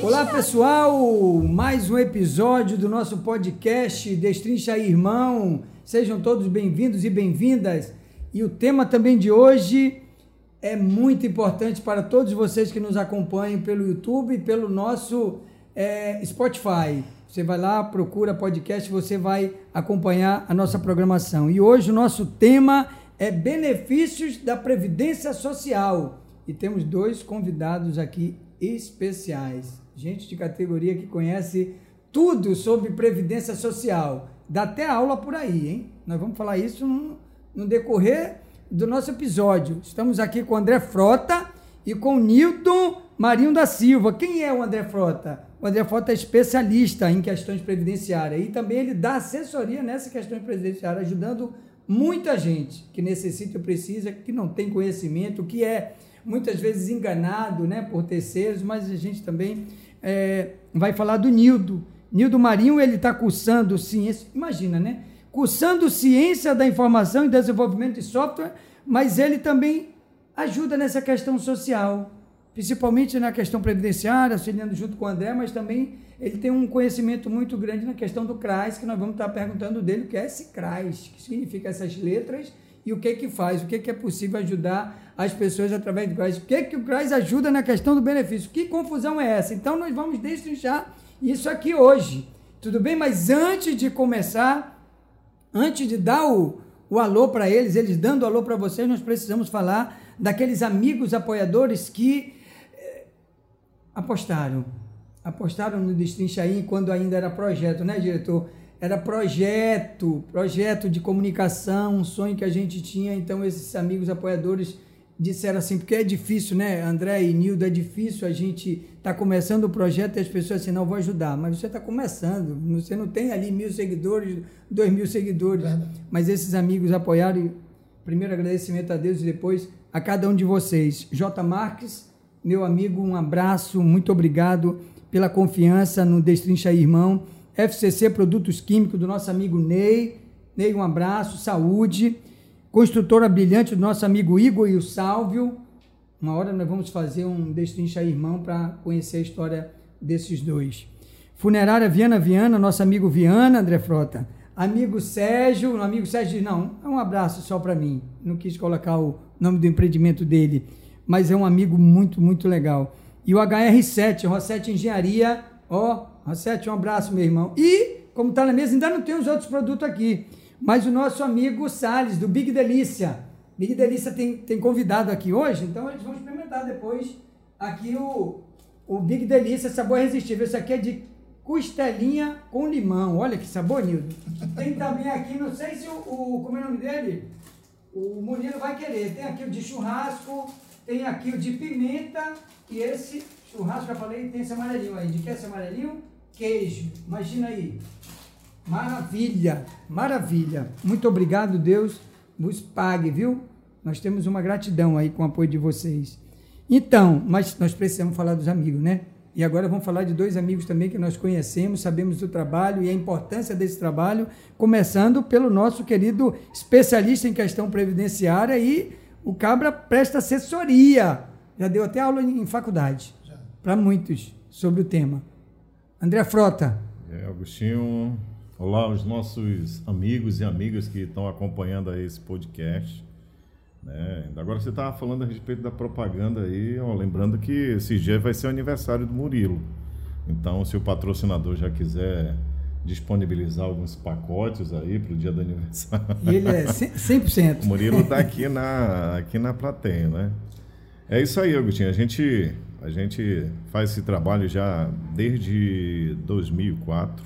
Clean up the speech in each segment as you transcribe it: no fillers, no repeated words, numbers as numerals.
Olá pessoal, mais um episódio do nosso podcast Destrincha aí, Irmão. Sejam todos bem-vindos e bem-vindas. E o tema também de hoje é muito importante para todos vocês que nos acompanham pelo YouTube e pelo nosso Spotify. Você vai lá, procura podcast, você vai acompanhar a nossa programação. E hoje o nosso tema é benefícios da Previdência Social. E temos dois convidados aqui especiais. Gente de categoria que conhece tudo sobre Previdência Social. Dá até aula por aí, hein? Nós vamos falar isso no decorrer do nosso episódio. Estamos aqui com o André Frota e com o Nilton Marinho da Silva. Quem é o André Frota? O André Frota é especialista em questões previdenciárias e também ele dá assessoria nessa questão previdenciária, ajudando muita gente que necessita e precisa, que não tem conhecimento, que é muitas vezes enganado, né, por terceiros, mas a gente também vai falar do Nildo Marinho. Ele está cursando ciência, imagina, né? Cursando ciência da informação e desenvolvimento de software, mas ele também ajuda nessa questão social, principalmente na questão previdenciária, auxiliando junto com o André, mas também ele tem um conhecimento muito grande na questão do CRAS, que nós vamos estar perguntando dele o que é esse CRAS, o que significa essas letras e o que faz, o que é possível ajudar as pessoas através do CRAS, o que o CRAS ajuda na questão do benefício, que confusão é essa? Então nós vamos destrinchar isso aqui hoje, tudo bem? Mas antes de começar, antes de dar o alô para eles dando alô para vocês, nós precisamos falar daqueles amigos apoiadores que apostaram no Destrincha aí quando ainda era projeto, né, diretor? Era projeto de comunicação, um sonho que a gente tinha. Então esses amigos apoiadores disseram assim, porque é difícil, né, André e Nildo, é difícil a gente tá começando o projeto e as pessoas assim, não, vou ajudar, mas você está começando, você não tem ali 1.000 seguidores, 2.000 seguidores, mas esses amigos apoiaram. E primeiro agradecimento a Deus e depois a cada um de vocês. J. Marques, meu amigo, um abraço, muito obrigado pela confiança no Destrincha aí, Irmão. FCC Produtos Químicos, do nosso amigo Ney, um abraço, saúde. Construtora Brilhante, do nosso amigo Igor e o Sálvio. Uma hora nós vamos fazer um Destrincha aí, Irmão, para conhecer a história desses dois. Funerária Viana, nosso amigo Viana, André Frota. Amigo Sérgio diz, não, é um abraço só para mim. Não quis colocar o nome do empreendimento dele, mas é um amigo muito, muito legal. E o HR7, Rossetti Engenharia, Rossetti, um abraço, meu irmão. E, como está na mesa, ainda não tem os outros produtos aqui, mas o nosso amigo Salles, do Big Delícia. Big Delícia tem convidado aqui hoje, então eles vão experimentar depois aqui o Big Delícia, sabor irresistível. Esse aqui é de costelinha com limão. Olha que sabor, Nildo. Tem também aqui, não sei se como é o nome dele? O Murilo vai querer. Tem aqui o de churrasco, tem aqui o de pimenta e esse churrasco, já falei, tem esse amarelinho aí. De que é esse amarelinho? Queijo. Imagina aí. Maravilha, maravilha. Muito obrigado, Deus vos pague, viu? Nós temos uma gratidão aí com o apoio de vocês. Então, mas nós precisamos falar dos amigos, né? E agora vamos falar de dois amigos também que nós conhecemos, sabemos do trabalho e a importância desse trabalho, começando pelo nosso querido especialista em questão previdenciária, e o Cabra presta assessoria. Já deu até aula em faculdade, para muitos, sobre o tema. André Frota. Agostinho, olá aos nossos amigos e amigas que estão acompanhando aí esse podcast. Agora você estava falando a respeito da propaganda aí, lembrando que esse dia vai ser o aniversário do Murilo. Então, se o patrocinador já quiser disponibilizar alguns pacotes aí para o dia do aniversário. Ele é 100%. O Murilo está aqui na plateia, né? É isso aí, Agostinho. A gente faz esse trabalho já desde 2004,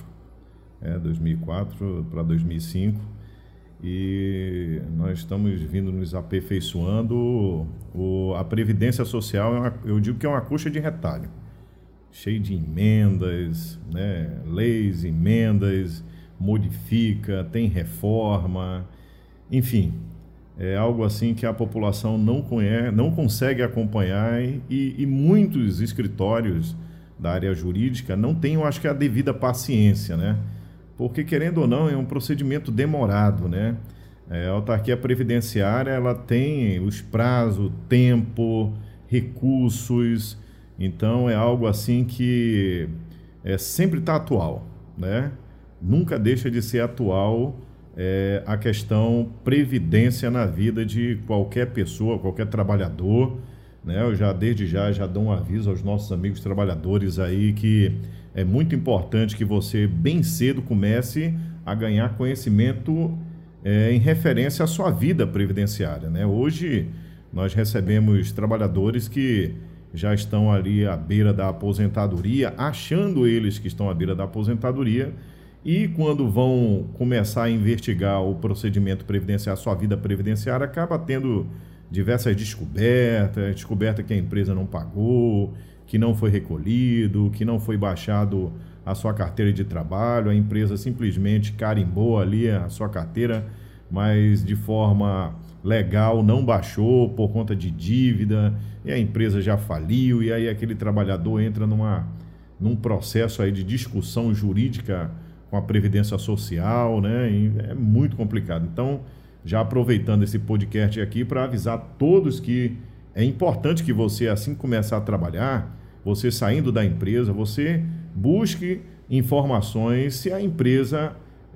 2004 para 2005, e nós estamos vindo nos aperfeiçoando. A Previdência Social, eu digo que é uma coxa de retalho, cheio de emendas, né? Leis, emendas, modifica, tem reforma, enfim, é algo assim que a população não conhece, não consegue acompanhar, e muitos escritórios da área jurídica não têm, eu acho que, a devida paciência, né? Porque, querendo ou não, é um procedimento demorado, né? A autarquia previdenciária, ela tem os prazos, tempo, recursos, Então é algo assim que sempre está atual, né? Nunca deixa de ser atual a questão previdência na vida de qualquer pessoa, qualquer trabalhador, né? Eu desde já dou um aviso aos nossos amigos trabalhadores aí que é muito importante que você bem cedo comece a ganhar conhecimento em referência à sua vida previdenciária, né? Hoje nós recebemos trabalhadores que já estão ali à beira da aposentadoria, achando eles que estão à beira da aposentadoria, e quando vão começar a investigar o procedimento previdenciário, sua vida previdenciária, acaba tendo diversas descoberta que a empresa não pagou, que não foi recolhido, que não foi baixado a sua carteira de trabalho, a empresa simplesmente carimbou ali a sua carteira, mas de forma legal não baixou por conta de dívida, e a empresa já faliu, e aí aquele trabalhador entra num processo aí de discussão jurídica com a Previdência Social, né? E é muito complicado. Então, já aproveitando esse podcast aqui para avisar todos que é importante que você, assim que começar a trabalhar, você saindo da empresa, você busque informações se a empresa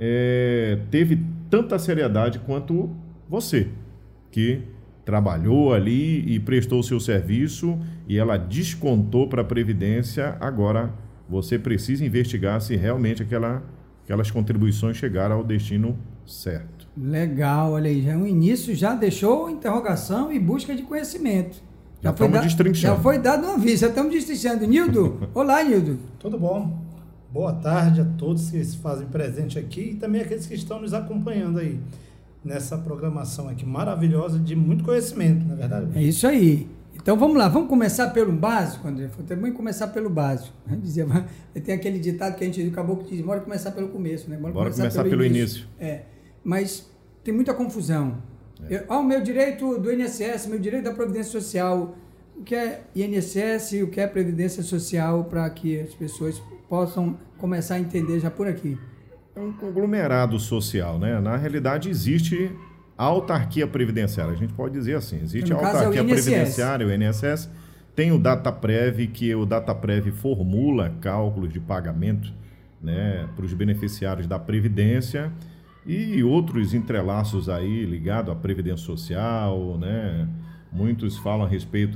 teve tanta seriedade quanto você, que trabalhou ali e prestou o seu serviço e ela descontou para a Previdência. Agora você precisa investigar se realmente aquelas contribuições chegaram ao destino certo. Legal, olha aí, já um início, já deixou interrogação e busca de conhecimento. Já estamos destrinchando. Já foi dado uma vista, já estamos destrinchando. Nildo, olá, Nildo. Tudo bom? Boa tarde a todos que se fazem presente aqui e também aqueles que estão nos acompanhando aí nessa programação aqui maravilhosa de muito conhecimento, na verdade. É isso aí. Então vamos lá, vamos começar pelo básico, André. Também começar pelo básico. Dizia, tem aquele ditado que a gente acabou que diz, bora começar pelo começo, né? Bora começar pelo início. Mas tem muita confusão. O meu direito do INSS, meu direito da Previdência Social, o que é INSS e o que é Previdência Social, para que as pessoas possam começar a entender já por aqui. É um conglomerado social, né? Na realidade existe a autarquia previdenciária, a gente pode dizer assim, existe a autarquia previdenciária, o INSS, tem o DataPrev, que o DataPrev formula cálculos de pagamento, né, para os beneficiários da Previdência e outros entrelaços aí ligados à Previdência Social, né? Muitos falam a respeito,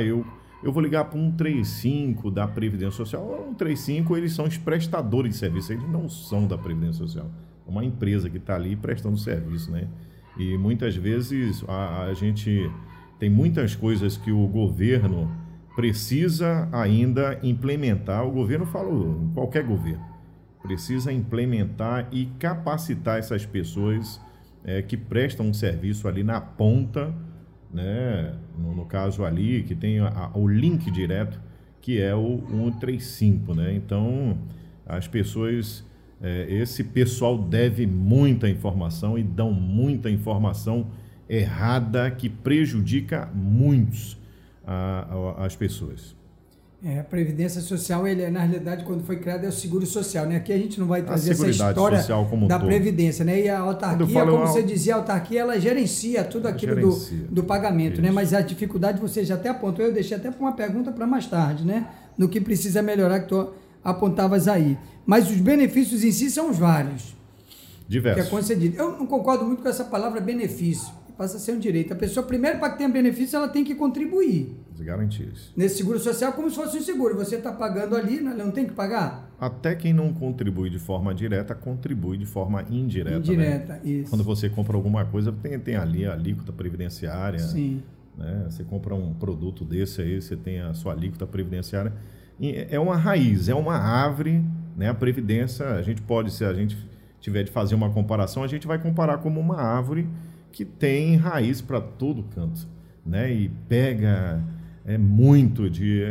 eu vou ligar para um 135 da Previdência Social. O 135, eles são os prestadores de serviço, eles não são da Previdência Social. É uma empresa que está ali prestando serviço, né? E muitas vezes a gente tem muitas coisas que o governo precisa ainda implementar. O governo, qualquer governo, precisa implementar e capacitar essas pessoas que prestam um serviço ali na ponta, né? No caso ali, que tem o link direto, que é o 135, né? Então, as pessoas, esse pessoal deve muita informação e dão muita informação errada que prejudica muitos as pessoas. A Previdência Social, na realidade, quando foi criada, é o Seguro Social, né? Aqui a gente não vai trazer essa história da Previdência, né? E a autarquia, como você dizia, a autarquia, ela gerencia tudo aquilo do pagamento, isso, né? Mas a dificuldade você já até apontou, eu deixei até uma pergunta para mais tarde, né? No que precisa melhorar, que tu apontavas aí. Mas os benefícios em si são os vários. Diversos. Que é concedido. Eu não concordo muito com essa palavra benefício. Passa a ser um direito. A pessoa, primeiro, para que tenha benefício, ela tem que contribuir. Garantias. Nesse seguro social, como se fosse um seguro. Você está pagando ali, não tem que pagar? Até quem não contribui de forma direta, contribui de forma indireta. Indireta, né? Isso. Quando você compra alguma coisa, tem ali a alíquota previdenciária. Sim. Né? Você compra um produto desse aí, você tem a sua alíquota previdenciária. E é uma raiz, é uma árvore, né? A Previdência, a gente pode, se a gente tiver de fazer uma comparação, a gente vai comparar como uma árvore que tem raiz para todo canto, né? E pega muito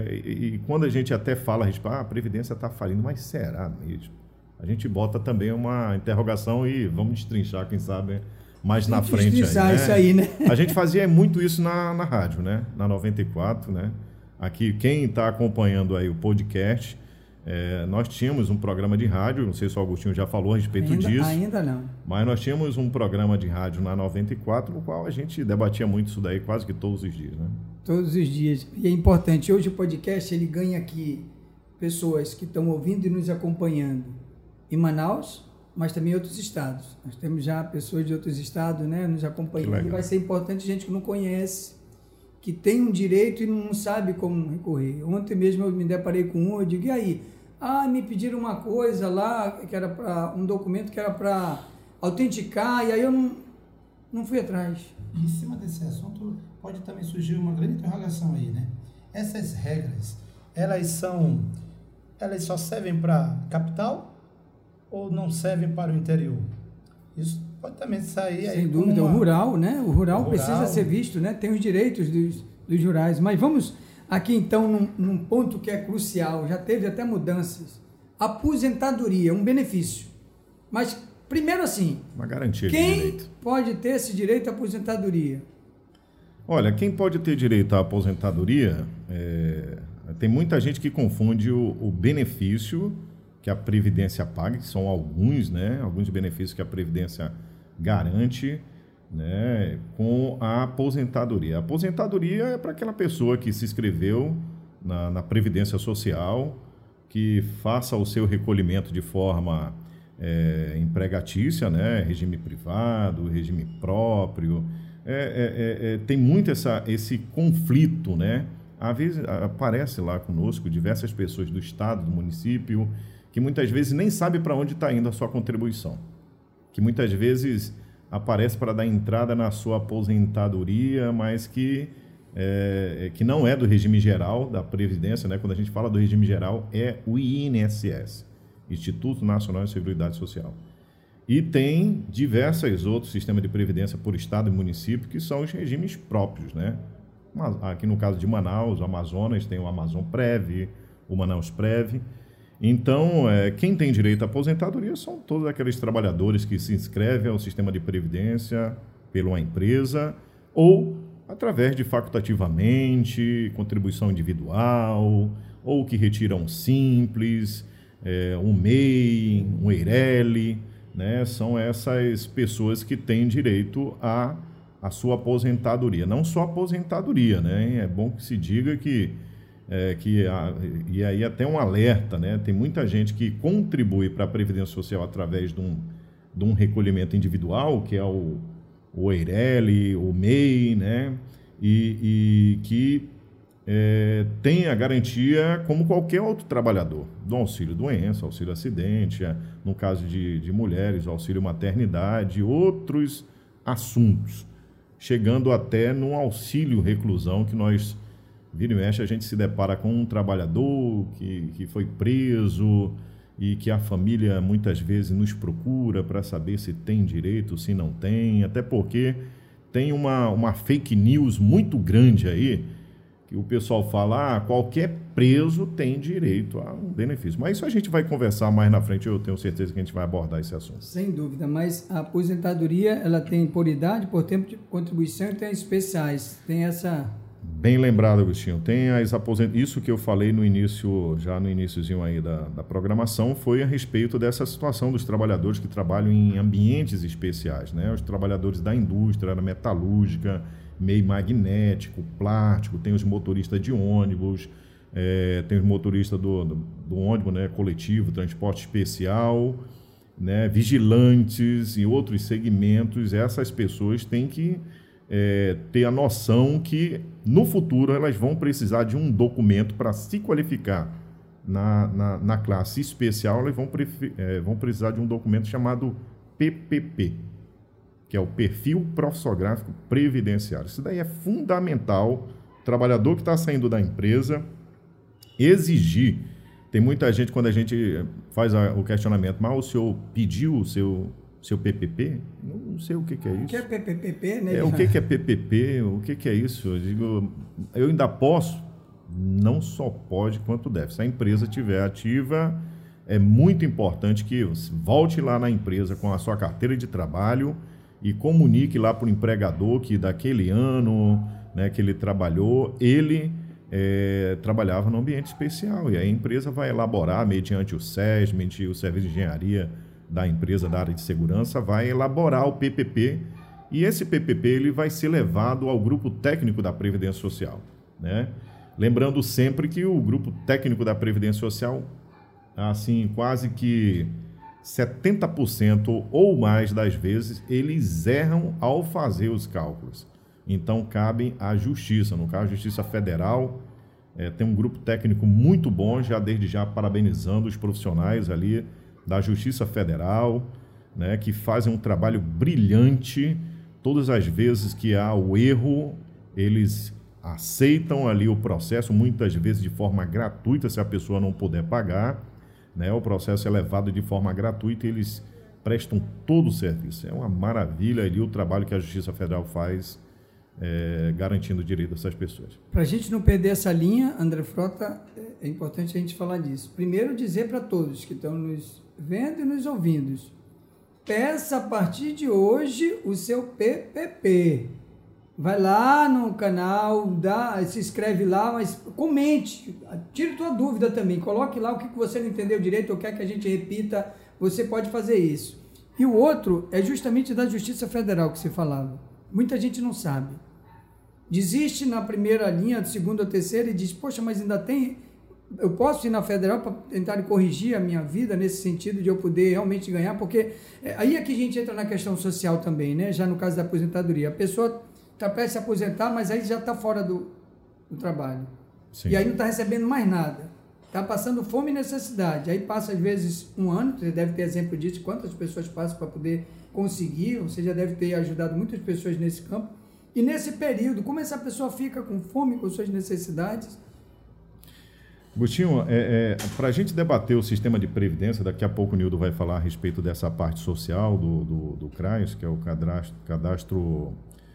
e quando a gente até fala, a Previdência está falindo, mas será mesmo? A gente bota também uma interrogação e vamos destrinchar, quem sabe, mais na frente. Isso aí, né? A gente fazia muito isso na rádio, né? Na 94, né? Aqui, quem está acompanhando aí o podcast, Nós tínhamos um programa de rádio, não sei se o Augustinho já falou a respeito disso. Ainda não. Mas nós tínhamos um programa de rádio na 94, no qual a gente debatia muito isso daí quase que todos os dias, né? Todos os dias. E é importante, hoje o podcast ele ganha aqui pessoas que estão ouvindo e nos acompanhando em Manaus, mas também em outros estados. Nós temos já pessoas de outros estados, né, nos acompanhando. E vai ser importante gente que não conhece, que tem um direito e não sabe como recorrer. Ontem mesmo eu me deparei com um, eu digo, e aí? Me pediram uma coisa lá, que era para um documento que era para autenticar, e aí eu não fui atrás. E em cima desse assunto pode também surgir uma grande interrogação aí, né? Essas regras, elas só servem para capital ou não servem para o interior? Isso pode também sair aí. Sem dúvida, o rural, né? O rural precisa ser visto, né? Tem os direitos dos rurais. Mas vamos aqui então num ponto que é crucial, já teve até mudanças. Aposentadoria, um benefício. Mas primeiro assim, uma garantia de quem direito. Pode ter esse direito à aposentadoria? Olha, quem pode ter direito à aposentadoria, tem muita gente que confunde o benefício que a Previdência paga, que são alguns, né? Alguns benefícios que a Previdência garante, né? Com a aposentadoria. A aposentadoria é para aquela pessoa que se inscreveu na Previdência Social, que faça o seu recolhimento de forma empregatícia, né? Regime privado, regime próprio. Tem muito esse conflito, né? Às vezes aparece lá conosco diversas pessoas do estado, do município, que muitas vezes nem sabe para onde está indo a sua contribuição, que muitas vezes aparece para dar entrada na sua aposentadoria, mas que não é do regime geral da Previdência, né? Quando a gente fala do regime geral, é o INSS, Instituto Nacional de Seguridade Social. E tem diversos outros sistemas de previdência por estado e município que são os regimes próprios, né? Aqui no caso de Manaus, o Amazonas tem o Amazon Prev, o Manaus Prev. Então, quem tem direito à aposentadoria são todos aqueles trabalhadores que se inscrevem ao sistema de previdência pela uma empresa ou através de facultativamente, contribuição individual, ou que retiram simples, um MEI, um EIRELI, né? São essas pessoas que têm direito à sua aposentadoria. Não só aposentadoria, né? É bom que se diga e aí até um alerta, né? Tem muita gente que contribui para a Previdência Social através de um recolhimento individual, que é o EIRELI, o MEI, né? E que tem a garantia como qualquer outro trabalhador, do auxílio doença, auxílio acidente, no caso de mulheres, auxílio maternidade, outros assuntos, chegando até no auxílio reclusão, que nós, vira e mexe, a gente se depara com um trabalhador que foi preso e que a família muitas vezes nos procura para saber se tem direito, se não tem, até porque tem uma fake news muito grande aí, que o pessoal fala, qualquer preso tem direito a um benefício. Mas isso a gente vai conversar mais na frente, eu tenho certeza que a gente vai abordar esse assunto. Sem dúvida, mas a aposentadoria, ela tem por idade, por tempo de contribuição e tem especiais, tem essa... Bem lembrado, Agostinho. Tem isso que eu falei no início, já no iniciozinho aí da programação, foi a respeito dessa situação dos trabalhadores que trabalham em ambientes especiais, né? Os trabalhadores da indústria, da metalúrgica, meio magnético, plástico, tem os motoristas de ônibus, tem os motoristas do ônibus, né, coletivo, transporte especial, né, vigilantes e outros segmentos. Essas pessoas têm que ter a noção que no futuro elas vão precisar de um documento para se qualificar na classe especial. Elas vão precisar de um documento chamado PPP, que é o Perfil Profissiográfico Previdenciário. Isso daí é fundamental. O trabalhador que está saindo da empresa exigir. Tem muita gente, quando a gente faz o questionamento, mas o senhor pediu o seu PPP? Não sei o que é isso. O que é PPP, né? O que é PPP? O que é isso? Eu digo, eu ainda posso? Não só pode quanto deve. Se a empresa estiver ativa, é muito importante que volte lá na empresa com a sua carteira de trabalho e comunique lá para o empregador que daquele ano, né, que ele trabalhou, ele trabalhava num ambiente especial. E aí a empresa vai elaborar, mediante o SES, mediante o Serviço de Engenharia da empresa da área de segurança, vai elaborar o PPP, e esse PPP ele vai ser levado ao grupo técnico da Previdência Social, né? Lembrando sempre que o grupo técnico da Previdência Social, assim, quase que 70% ou mais das vezes, eles erram ao fazer os cálculos. Então, cabem à Justiça, no caso, a Justiça Federal, tem um grupo técnico muito bom, já desde já parabenizando os profissionais ali da Justiça Federal, né, que fazem um trabalho brilhante. Todas as vezes que há o erro, eles aceitam ali o processo, muitas vezes de forma gratuita, se a pessoa não puder pagar, né, o processo é levado de forma gratuita e eles prestam todo o serviço. É uma maravilha ali o trabalho que a Justiça Federal faz, garantindo o direito dessas pessoas. Para a gente não perder essa linha, André Frota, é importante a gente falar disso. Primeiro, dizer para todos que estão nos vendo e nos ouvindo, peça a partir de hoje o seu PPP. Vai lá no canal, se inscreve lá, mas comente, tire tua dúvida também, coloque lá o que você não entendeu direito ou quer que a gente repita, você pode fazer isso. E o outro é justamente da Justiça Federal que você falava. Muita gente não sabe. Desiste na primeira linha, segunda ou terceira e diz, poxa, mas ainda tem... Eu posso ir na Federal para tentar corrigir a minha vida nesse sentido de eu poder realmente ganhar, porque aí é que a gente entra na questão social também, né? Já no caso da aposentadoria. A pessoa está prestes a se aposentar, mas aí já está fora do trabalho. Sim. E aí não está recebendo mais nada. Está passando fome e necessidade. Aí passa, às vezes, um ano, você deve ter exemplo disso, quantas pessoas passam para poder conseguir, você já deve ter ajudado muitas pessoas nesse campo. E nesse período, como essa pessoa fica com fome, com suas necessidades? Agostinho, para a gente debater o sistema de previdência, daqui a pouco o Nildo vai falar a respeito dessa parte social do CRAS, que é o cadastro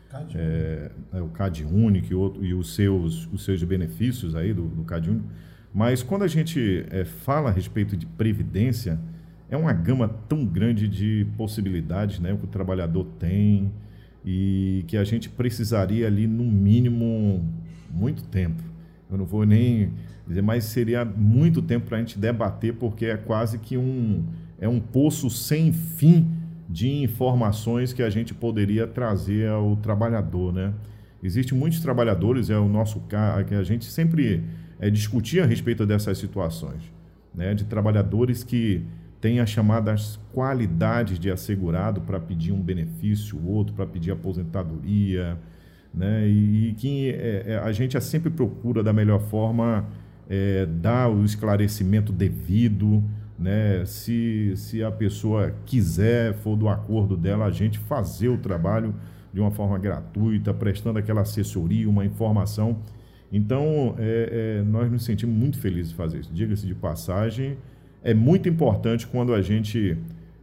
o CAD único e os seus benefícios aí do CAD único. Mas quando a gente fala a respeito de previdência, é uma gama tão grande de possibilidades, né, que o trabalhador tem e que a gente precisaria ali, no mínimo, muito tempo. Eu não vou nem dizer, mas seria muito tempo para a gente debater, porque é quase que um poço sem fim de informações que a gente poderia trazer ao trabalhador, né? Existem muitos trabalhadores, é o nosso caso, que a gente sempre discutia a respeito dessas situações, né? De trabalhadores que têm as chamadas qualidades de assegurado para pedir um benefício, outro para pedir aposentadoria, né? E que a gente sempre procura da melhor forma dar o esclarecimento devido, né? Se a pessoa quiser, for do acordo dela, a gente fazer o trabalho de uma forma gratuita, prestando aquela assessoria, uma informação. Então, nós nos sentimos muito felizes de fazer isso. Diga-se de passagem, é muito importante quando a gente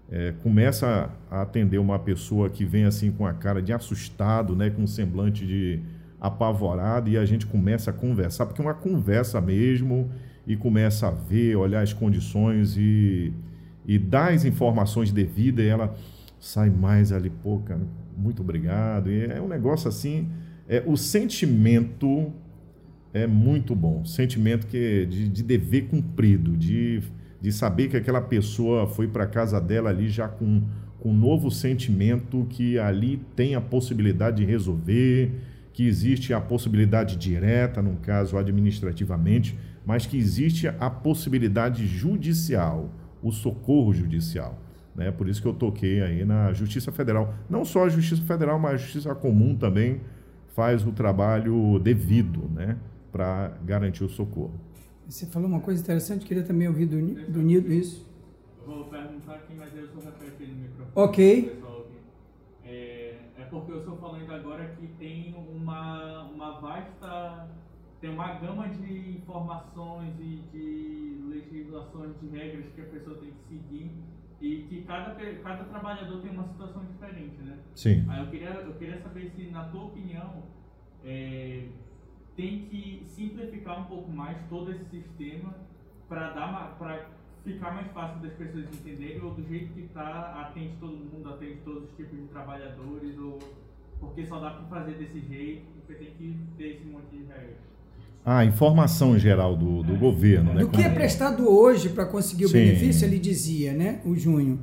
começa a atender uma pessoa que vem assim com a cara de assustado, né, com um semblante de apavorado, e a gente começa a conversar, porque é uma conversa mesmo, e começa a ver, olhar as condições e dar as informações devidas, e ela sai mais ali, pô, cara, muito obrigado. E é um negócio assim, o sentimento é muito bom, sentimento de dever cumprido, de saber que aquela pessoa foi para casa dela ali já com um novo sentimento, que ali tem a possibilidade de resolver, que existe a possibilidade direta, no caso administrativamente, mas que existe a possibilidade judicial, o socorro judicial, né? Por isso que eu toquei aí na Justiça Federal. Não só a Justiça Federal, mas a Justiça Comum também faz o trabalho devido, né, para garantir o socorro. Você falou uma coisa interessante, queria também ouvir do Nildo isso. Vou perguntar aqui, mas eu só repete no microfone. Ok. Porque eu estou falando agora que tem uma vasta... Tem uma gama de informações e de legislações, de regras que a pessoa tem que seguir, e que cada trabalhador tem uma situação diferente, né? Sim. Aí eu queria saber se, na tua opinião, tem que simplificar um pouco mais todo esse sistema para ficar mais fácil das pessoas entenderem, ou do jeito que está, atende todo mundo, atende todos os tipos de trabalhadores, ou porque só dá para fazer desse jeito, porque tem que ter esse monte de regras. A informação geral do governo, né? Do que é prestado hoje para conseguir o Sim. benefício, ele dizia, né, o Júnior.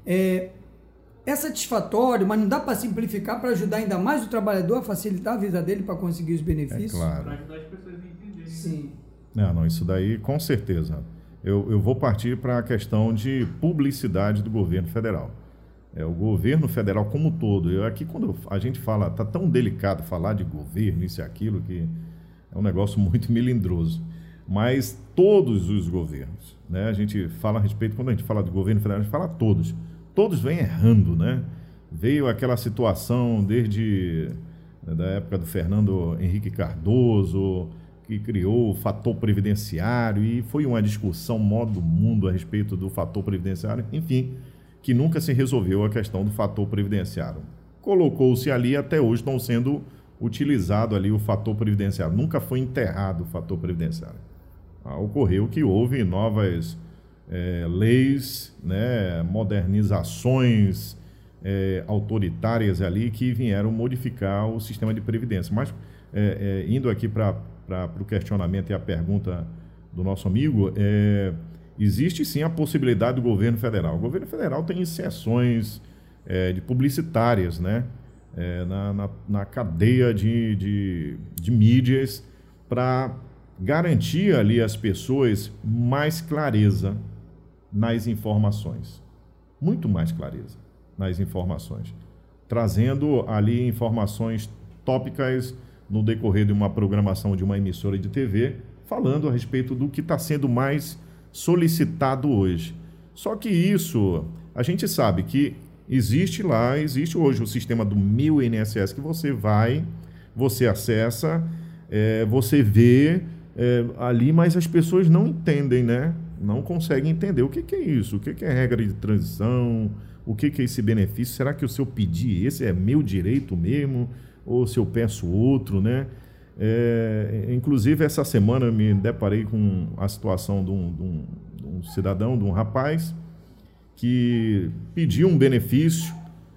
É satisfatório, mas não dá para simplificar para ajudar ainda mais o trabalhador a facilitar a vida dele para conseguir os benefícios? Claro. Para ajudar as pessoas a entenderem. Sim. Não, isso daí com certeza. Eu vou partir para a questão de publicidade do governo federal. O governo federal como um todo. Aqui, quando a gente fala, está tão delicado falar de governo, isso e aquilo, que é um negócio muito melindroso. Mas todos os governos, né? A gente fala a respeito, quando a gente fala do governo federal, a gente fala todos. Todos vêm errando, né? Veio aquela situação desde da época do Fernando Henrique Cardoso, que criou o fator previdenciário, e foi uma discussão modo mundo a respeito do fator previdenciário, enfim, que nunca se resolveu a questão do fator previdenciário. Colocou-se ali, até hoje estão sendo utilizado ali o fator previdenciário. Nunca foi enterrado o fator previdenciário. Ocorreu que houve novas leis, né, modernizações autoritárias ali que vieram modificar o sistema de previdência. Mas, indo aqui para o questionamento e a pergunta do nosso amigo, existe sim a possibilidade do governo federal. O governo federal tem inserções de publicitárias, né, na cadeia de mídias para garantir ali às pessoas mais clareza nas informações. Muito mais clareza nas informações. Trazendo ali informações tópicas no decorrer de uma programação de uma emissora de TV, falando a respeito do que está sendo mais solicitado hoje. Só que isso, a gente sabe que existe hoje o sistema do Meu INSS, que você vai, você acessa, você vê ali, mas as pessoas não entendem, né? Não conseguem entender o que é isso, o que é regra de transição, o que é esse benefício. Será que se eu pedir esse é meu direito mesmo, ou se eu peço outro, né? Inclusive, essa semana eu me deparei com a situação de um cidadão, de um rapaz, que pediu um benefício,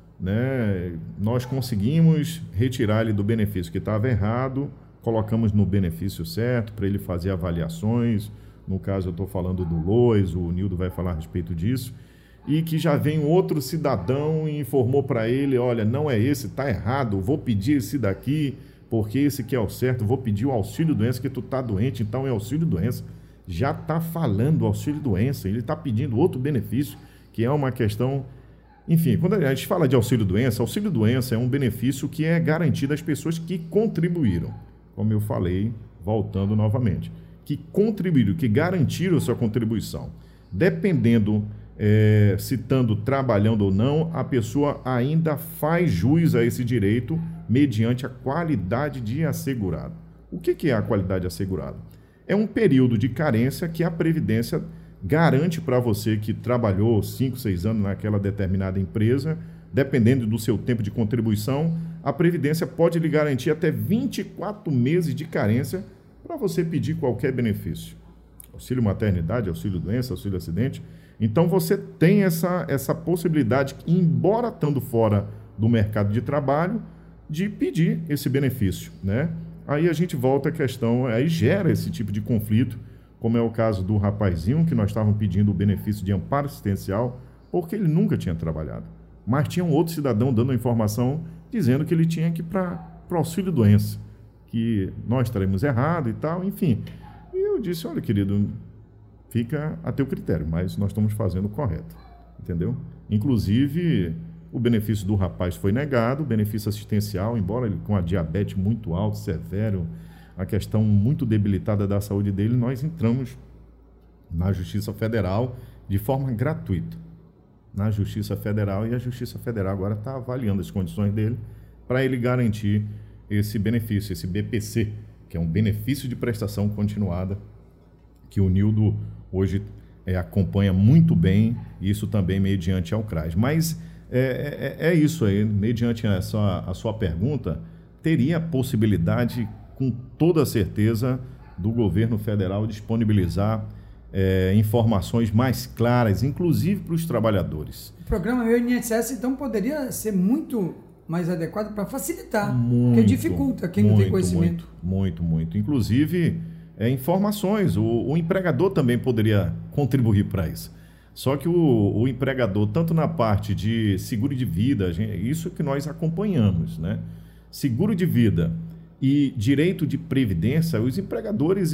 né? Nós conseguimos retirar ele do benefício que estava errado, colocamos no benefício certo para ele fazer avaliações. No caso, eu estou falando do Lois, o Nildo vai falar a respeito disso, e que já vem outro cidadão e informou para ele, olha, não é esse, está errado, vou pedir esse daqui, porque esse que é o certo, vou pedir o auxílio-doença, que tu está doente, então é auxílio-doença. Já está falando auxílio-doença, ele está pedindo outro benefício, que é uma questão... Enfim, quando a gente fala de auxílio-doença é um benefício que é garantido às pessoas que contribuíram, como eu falei, voltando novamente, que contribuíram, que garantiram sua contribuição. Dependendo, se estando trabalhando ou não, a pessoa ainda faz jus a esse direito mediante a qualidade de assegurado. O que é a qualidade de assegurado? É um período de carência que a Previdência garante para você que trabalhou 5, 6 anos naquela determinada empresa, dependendo do seu tempo de contribuição, a Previdência pode lhe garantir até 24 meses de carência para você pedir qualquer benefício. Auxílio maternidade, auxílio doença, auxílio acidente. Então, você tem essa possibilidade, embora estando fora do mercado de trabalho, de pedir esse benefício, né? Aí a gente volta à questão, aí gera esse tipo de conflito, como é o caso do rapazinho, que nós estávamos pedindo o benefício de amparo assistencial, porque ele nunca tinha trabalhado. Mas tinha um outro cidadão dando a informação, dizendo que ele tinha que ir para o auxílio-doença, que nós estaremos errados e tal, enfim. E eu disse, olha, querido, fica a teu critério, mas nós estamos fazendo o correto, entendeu? Inclusive, o benefício do rapaz foi negado, o benefício assistencial, embora ele com a diabetes muito alta, severo, a questão muito debilitada da saúde dele, nós entramos na Justiça Federal de forma gratuita. Na Justiça Federal, e a Justiça Federal agora está avaliando as condições dele para ele garantir esse benefício, esse BPC, que é um benefício de prestação continuada, que o Nildo hoje acompanha muito bem, isso também mediante ao CRAS. Mas é isso aí, mediante a sua pergunta, teria a possibilidade, com toda certeza, do governo federal disponibilizar informações mais claras, inclusive para os trabalhadores. O programa Meu INSS, então, poderia ser muito mais adequado para facilitar, Muito, porque dificulta quem não tem conhecimento. Muito. Inclusive, informações. O empregador também poderia contribuir para isso. Só que o empregador, tanto na parte de seguro de vida, isso que nós acompanhamos, né? Seguro de vida e direito de previdência, os empregadores,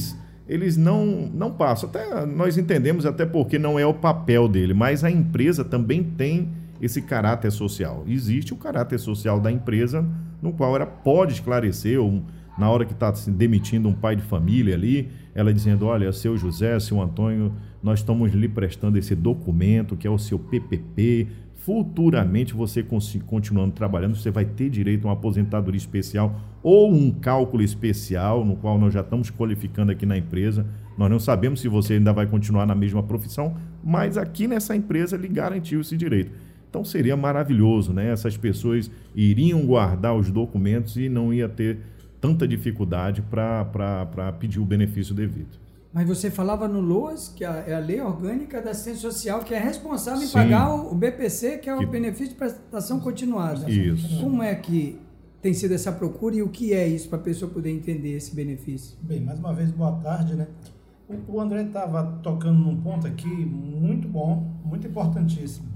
eles não passam. Até nós entendemos até porque não é o papel dele, mas a empresa também tem esse caráter social. Existe o caráter social da empresa, no qual ela pode esclarecer, ou na hora que está se demitindo um pai de família ali, ela dizendo, olha, seu José, seu Antônio, nós estamos lhe prestando esse documento, que é o seu PPP, futuramente você continuando trabalhando, você vai ter direito a uma aposentadoria especial ou um cálculo especial, no qual nós já estamos qualificando aqui na empresa. Nós não sabemos se você ainda vai continuar na mesma profissão, mas aqui nessa empresa ele garantiu esse direito. Então seria maravilhoso, né? Essas pessoas iriam guardar os documentos e não ia ter tanta dificuldade para pedir o benefício devido. Mas você falava no LOAS, que é a Lei Orgânica da Assistência Social, que é responsável em pagar o BPC, que é o Benefício de Prestação Continuada. Isso. Como é que tem sido essa procura e o que é isso para a pessoa poder entender esse benefício? Bem, mais uma vez, boa tarde, né? O André estava tocando num ponto aqui muito bom, muito importantíssimo,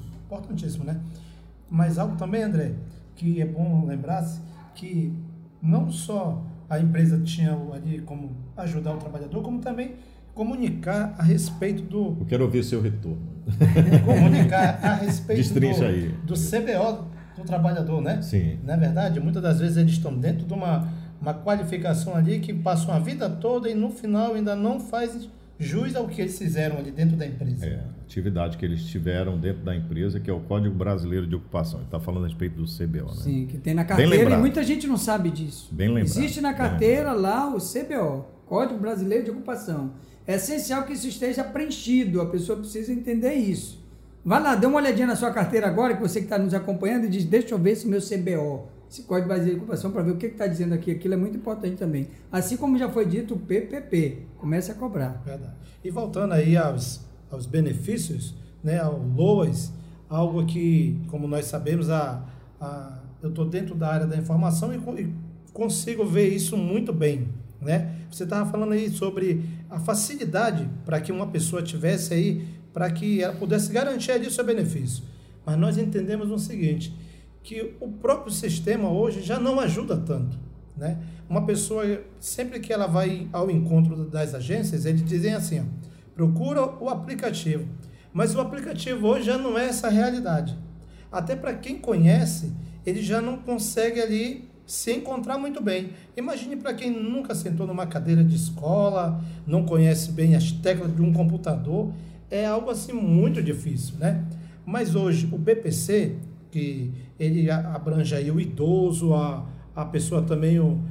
né? Mas algo também, André, que é bom lembrar-se, que não só a empresa tinha ali como ajudar o trabalhador, como também comunicar a respeito do... Eu quero ouvir seu retorno. Comunicar a respeito do CBO do trabalhador, né? Sim. Não é verdade? Muitas das vezes eles estão dentro de uma qualificação ali que passam a vida toda e no final ainda não faz jus ao que eles fizeram ali dentro da empresa. Atividade que eles tiveram dentro da empresa, que é o Código Brasileiro de Ocupação. Ele está falando a respeito do CBO, né? Sim, que tem na carteira e muita gente não sabe disso. Bem lembrado. Existe na carteira lá o CBO, Código Brasileiro de Ocupação. É essencial que isso esteja preenchido, a pessoa precisa entender isso. Vai lá, dê uma olhadinha na sua carteira agora, que você que está nos acompanhando, e diz, deixa eu ver esse meu CBO, esse Código Brasileiro de Ocupação, para ver o que está dizendo aqui. Aquilo é muito importante também. Assim como já foi dito, o PPP, comece a cobrar. Verdade. E voltando aí aos benefícios, né, ao LOAS, algo que, como nós sabemos, eu estou dentro da área da informação e consigo ver isso muito bem, né? Você estava falando aí sobre a facilidade para que uma pessoa tivesse aí, para que ela pudesse garantir ali o seu benefício. Mas nós entendemos o seguinte, que o próprio sistema hoje já não ajuda tanto, né? Uma pessoa, sempre que ela vai ao encontro das agências, eles dizem assim, ó, procura o aplicativo. Mas o aplicativo hoje já não é essa realidade. Até para quem conhece, ele já não consegue ali se encontrar muito bem. Imagine para quem nunca sentou numa cadeira de escola, não conhece bem as teclas de um computador, é algo assim muito difícil, né? Mas hoje o BPC, que ele abrange aí o idoso, a pessoa também, o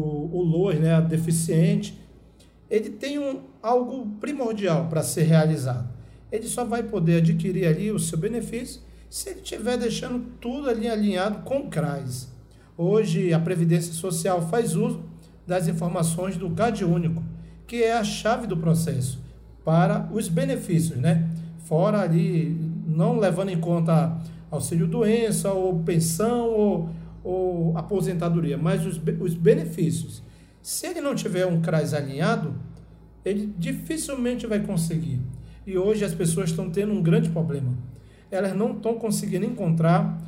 LOAS, né, a deficiente, ele tem algo primordial para ser realizado. Ele só vai poder adquirir ali o seu benefício se ele estiver deixando tudo ali alinhado com o CRAS. Hoje a Previdência Social faz uso das informações do CadÚnico, que é a chave do processo para os benefícios, né? Fora ali, não levando em conta auxílio-doença, ou pensão, ou aposentadoria, mas os benefícios. Se ele não tiver um CRAS alinhado, ele dificilmente vai conseguir. E hoje as pessoas estão tendo um grande problema. Elas não estão conseguindo encontrar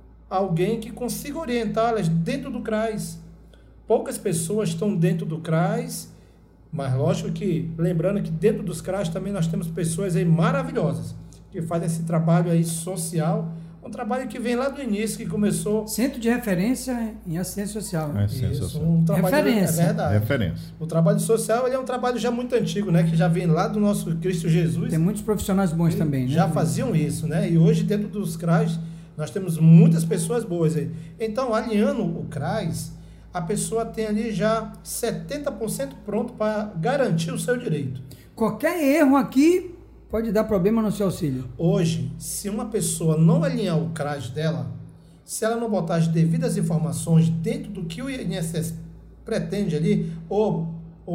alguém que consiga orientá-las dentro do CRAS. Poucas pessoas estão dentro do CRAS, mas lógico que, lembrando que dentro dos CRAS também nós temos pessoas aí maravilhosas, que fazem esse trabalho aí social, um trabalho que vem lá do início, que começou... Centro de Referência em Assistência Social. Isso, um trabalho... Referência. É verdade. Referência. O trabalho social, ele é um trabalho já muito antigo, né? Que já vem lá do nosso Cristo Jesus. Tem muitos profissionais bons também, né? Já faziam isso, né? E hoje, dentro dos CRAS, nós temos muitas pessoas boas aí. Então, alinhando o CRAS, a pessoa tem ali já 70% pronto para garantir o seu direito. Qualquer erro aqui pode dar problema no seu auxílio. Hoje, se uma pessoa não alinhar o CRAS dela, se ela não botar as devidas informações dentro do que o INSS pretende ali, ou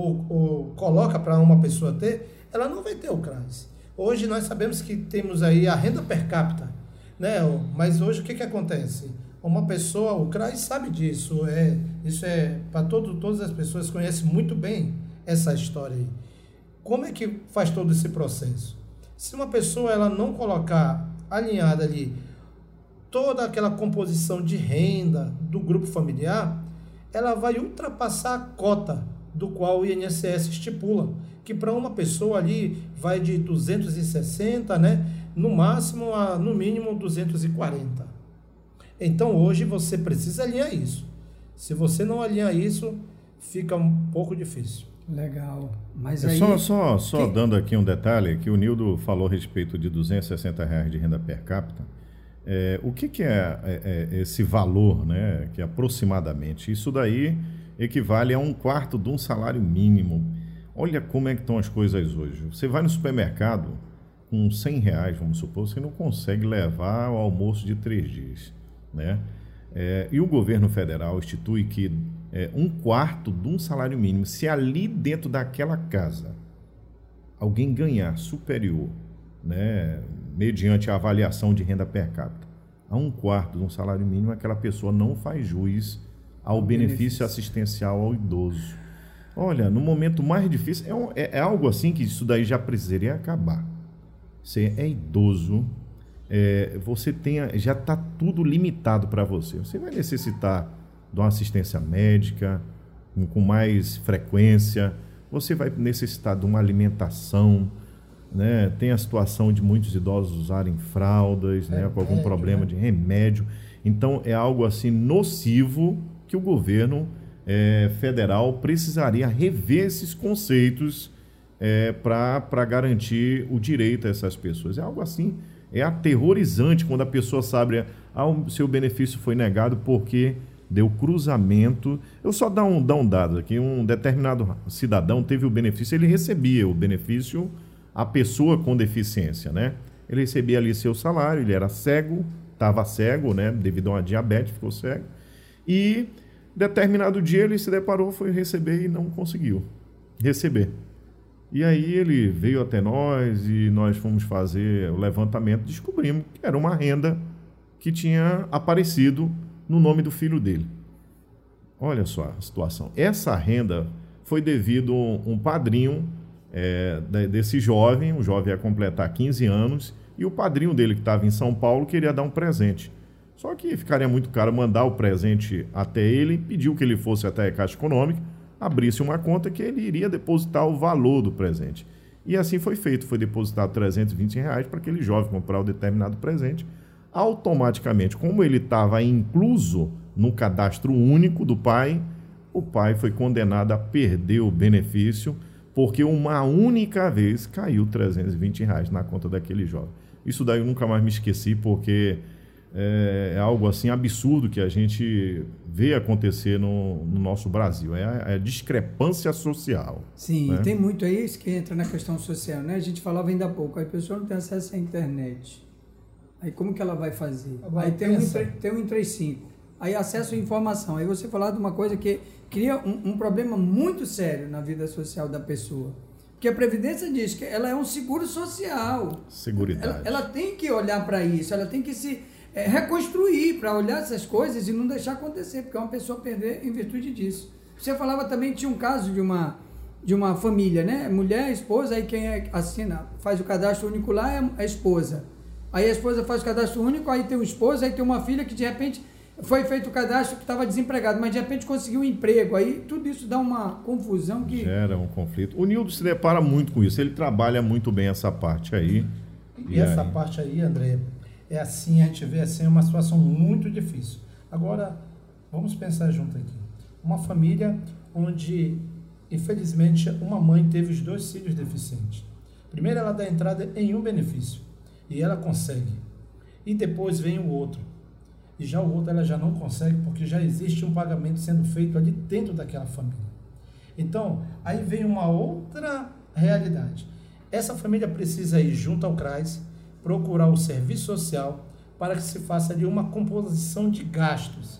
coloca para uma pessoa ter, ela não vai ter o CRAS. Hoje nós sabemos que temos aí a renda per capita, né? Mas hoje o que acontece? Uma pessoa, o CRAS sabe disso, isso é para todas as pessoas conhecem muito bem essa história aí. Como é que faz todo esse processo? Se uma pessoa ela não colocar alinhada ali toda aquela composição de renda do grupo familiar, ela vai ultrapassar a cota do qual o INSS estipula, que para uma pessoa ali vai de 260, né, no máximo a no mínimo 240. Então hoje você precisa alinhar isso. Se você não alinhar isso, fica um pouco difícil. Legal. Mas aí... Só dando aqui um detalhe, que o Nildo falou a respeito de R$260 de renda per capita. O que é esse valor, né, que aproximadamente? Isso daí equivale a 1/4 de um salário mínimo. Olha como é que estão as coisas hoje. Você vai no supermercado com R$100, vamos supor, você não consegue levar o almoço de 3 dias, né? E o governo federal institui que 1/4 de um salário mínimo, se ali dentro daquela casa alguém ganhar superior, né, mediante a avaliação de renda per capita, a 1/4 de um salário mínimo, aquela pessoa não faz jus ao benefício assistencial ao idoso. Olha, no momento mais difícil, é algo assim que isso daí já precisaria acabar. Você é idoso, você já está tudo limitado para você. Você vai necessitar de uma assistência médica com mais frequência, você vai necessitar de uma alimentação, né? Tem a situação de muitos idosos usarem fraldas, né? Com algum problema de remédio. Então, é algo assim nocivo que o governo federal precisaria rever esses conceitos para garantir o direito a essas pessoas. É algo assim, é aterrorizante quando a pessoa sabe o seu benefício foi negado porque deu cruzamento. Eu só dar um dado aqui, um determinado cidadão teve o benefício, ele recebia o benefício, a pessoa com deficiência, né? Ele recebia ali seu salário, ele era cego, estava cego, né? Devido a uma diabetes, ficou cego. E determinado dia ele se deparou, foi receber e não conseguiu receber. E aí ele veio até nós e nós fomos fazer o levantamento, descobrimos que era uma renda que tinha aparecido no nome do filho dele. Olha só a situação. Essa renda foi devido a um padrinho desse jovem, o jovem ia completar 15 anos, e o padrinho dele que estava em São Paulo queria dar um presente. Só que ficaria muito caro mandar o presente até ele, pediu que ele fosse até a Caixa Econômica, abrisse uma conta que ele iria depositar o valor do presente. E assim foi feito, foi depositado R$320 para aquele jovem comprar o determinado presente. Automaticamente, como ele estava incluso no cadastro único do pai, o pai foi condenado a perder o benefício, porque uma única vez caiu R$320 na conta daquele jovem. Isso daí eu nunca mais me esqueci, porque é algo assim absurdo que a gente vê acontecer no nosso Brasil. É a discrepância social. Sim, né? Tem muito aí isso que entra na questão social, né? A gente falava ainda há pouco, a pessoa não tem acesso à internet. Aí como que ela vai fazer? Agora, aí tem um 135. Aí acesso à informação. Aí você falar de uma coisa que cria um problema muito sério na vida social da pessoa. Porque a Previdência diz que ela é um seguro social. Seguridade. Ela tem que olhar para isso, ela tem que se reconstruir para olhar essas coisas e não deixar acontecer, porque é uma pessoa perder em virtude disso. Você falava também, tinha um caso de uma família, né? Mulher, esposa, aí quem assina, faz o cadastro único lá é a esposa. Aí a esposa faz o cadastro único, aí tem o esposo, aí tem uma filha que de repente foi feito o cadastro que estava desempregado, mas de repente conseguiu um emprego. Aí tudo isso dá uma confusão que... Gera um conflito. O Nildo se depara muito com isso, ele trabalha muito bem essa parte aí. E essa parte aí, André, é assim, a gente vê assim, uma situação muito difícil. Agora, vamos pensar junto aqui. Uma família onde, infelizmente, uma mãe teve os 2 filhos deficientes. Primeiro ela dá entrada em um benefício, e ela consegue. E depois vem o outro. E já o outro ela já não consegue, porque já existe um pagamento sendo feito ali dentro daquela família. Então, aí vem uma outra realidade. Essa família precisa ir junto ao CRAS, procurar o serviço social, para que se faça ali uma composição de gastos.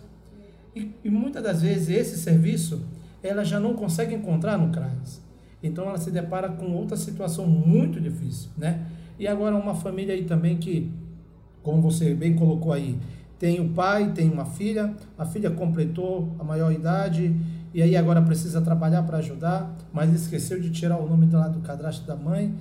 E muitas das vezes esse serviço, ela já não consegue encontrar no CRAS. Então ela se depara com outra situação muito difícil, né? E agora uma família aí também que, como você bem colocou aí, tem o pai, tem uma filha, a filha completou a maior idade e aí agora precisa trabalhar para ajudar, mas esqueceu de tirar o nome lá do cadastro da mãe.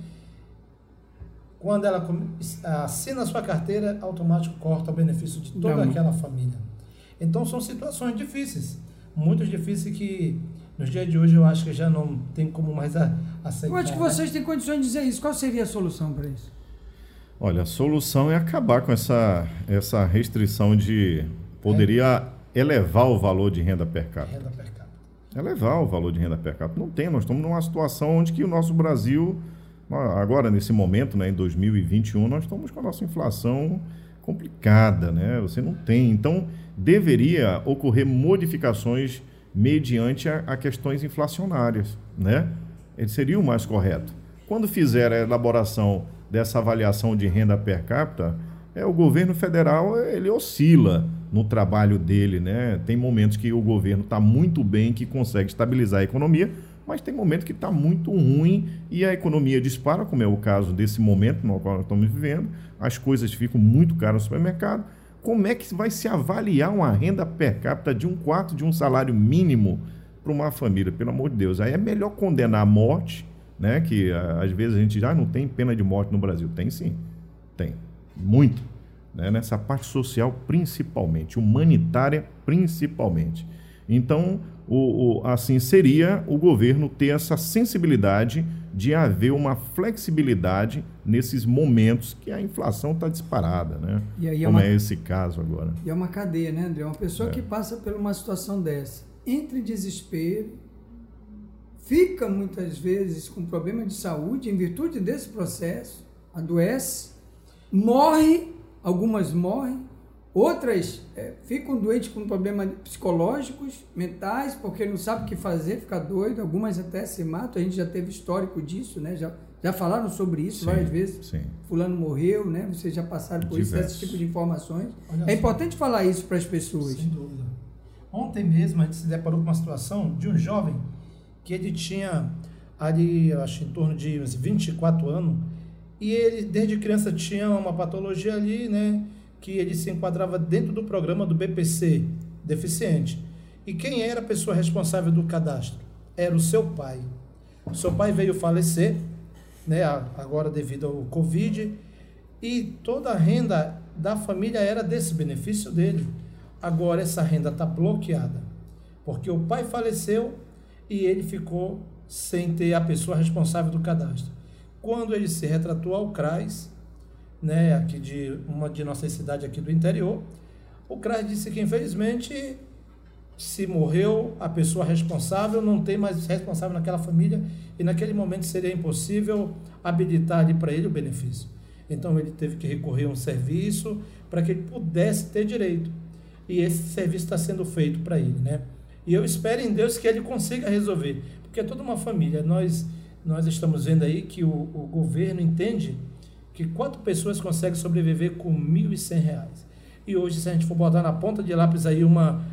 Quando ela assina a sua carteira, automático corta o benefício de toda aquela família. Então são situações difíceis, muito difíceis, que nos dias de hoje eu acho que já não tem como mais aceitar. Eu acho que vocês têm condições de dizer isso. Qual seria a solução para isso? Olha, a solução é acabar com essa restrição de... Poderia elevar o valor de renda per capita. Renda per capita. Elevar o valor de renda per capita. Não tem, nós estamos numa situação onde que o nosso Brasil, agora nesse momento, né, em 2021, nós estamos com a nossa inflação complicada, né? Você não tem. Então, deveria ocorrer modificações mediante a questões inflacionárias, né? Ele seria o mais correto. Quando fizer a elaboração dessa avaliação de renda per capita, o governo federal, ele oscila no trabalho dele, né? Tem momentos que o governo está muito bem, que consegue estabilizar a economia, mas tem momentos que está muito ruim e a economia dispara, como é o caso desse momento no qual nós estamos vivendo, as coisas ficam muito caras no supermercado. Como é que vai se avaliar uma renda per capita de 1/4 de um salário mínimo para uma família? Pelo amor de Deus, aí é melhor condenar a morte, né? Que às vezes a gente já não tem pena de morte no Brasil. Tem sim, tem, muito, né? Nessa parte social principalmente, humanitária principalmente. Então, assim, seria o governo ter essa sensibilidade de haver uma flexibilidade nesses momentos que a inflação está disparada, né? E aí como é esse caso agora. E é uma cadeia, né, André? Uma pessoa que passa por uma situação dessa, entra em desespero, fica muitas vezes com problema de saúde em virtude desse processo, adoece, morre, algumas morrem, outras ficam doentes com problemas psicológicos, mentais, porque não sabe o que fazer, fica doido, algumas até se matam, a gente já teve histórico disso, né? Já falaram sobre isso várias vezes. Sim. Fulano morreu, né? Vocês já passaram por isso, esse tipo de informações. Olha É importante falar isso para as pessoas. Sem dúvida. Ontem mesmo a gente se deparou com uma situação de um jovem que ele tinha ali, eu acho, em torno de uns 24 anos, e ele desde criança tinha uma patologia ali, né? Que ele se enquadrava dentro do programa do BPC, deficiente. E quem era a pessoa responsável do cadastro? Era o seu pai. O seu pai veio falecer, né, agora devido ao Covid, e toda a renda da família era desse benefício dele. Agora essa renda está bloqueada, porque o pai faleceu e ele ficou sem ter a pessoa responsável do cadastro. Quando ele se retratou ao CRAS, né, aqui de uma de nossas cidades aqui do interior, o CRAS disse que infelizmente, se morreu a pessoa responsável, não tem mais responsável naquela família e naquele momento seria impossível habilitar ali para ele o benefício. Então ele teve que recorrer a um serviço para que ele pudesse ter direito, e esse serviço está sendo feito para ele, né? E eu espero em Deus que ele consiga resolver, porque é toda uma família. Nós estamos vendo aí que o governo entende que 4 pessoas conseguem sobreviver com R$ 1.100. E hoje, se a gente for botar na ponta de lápis aí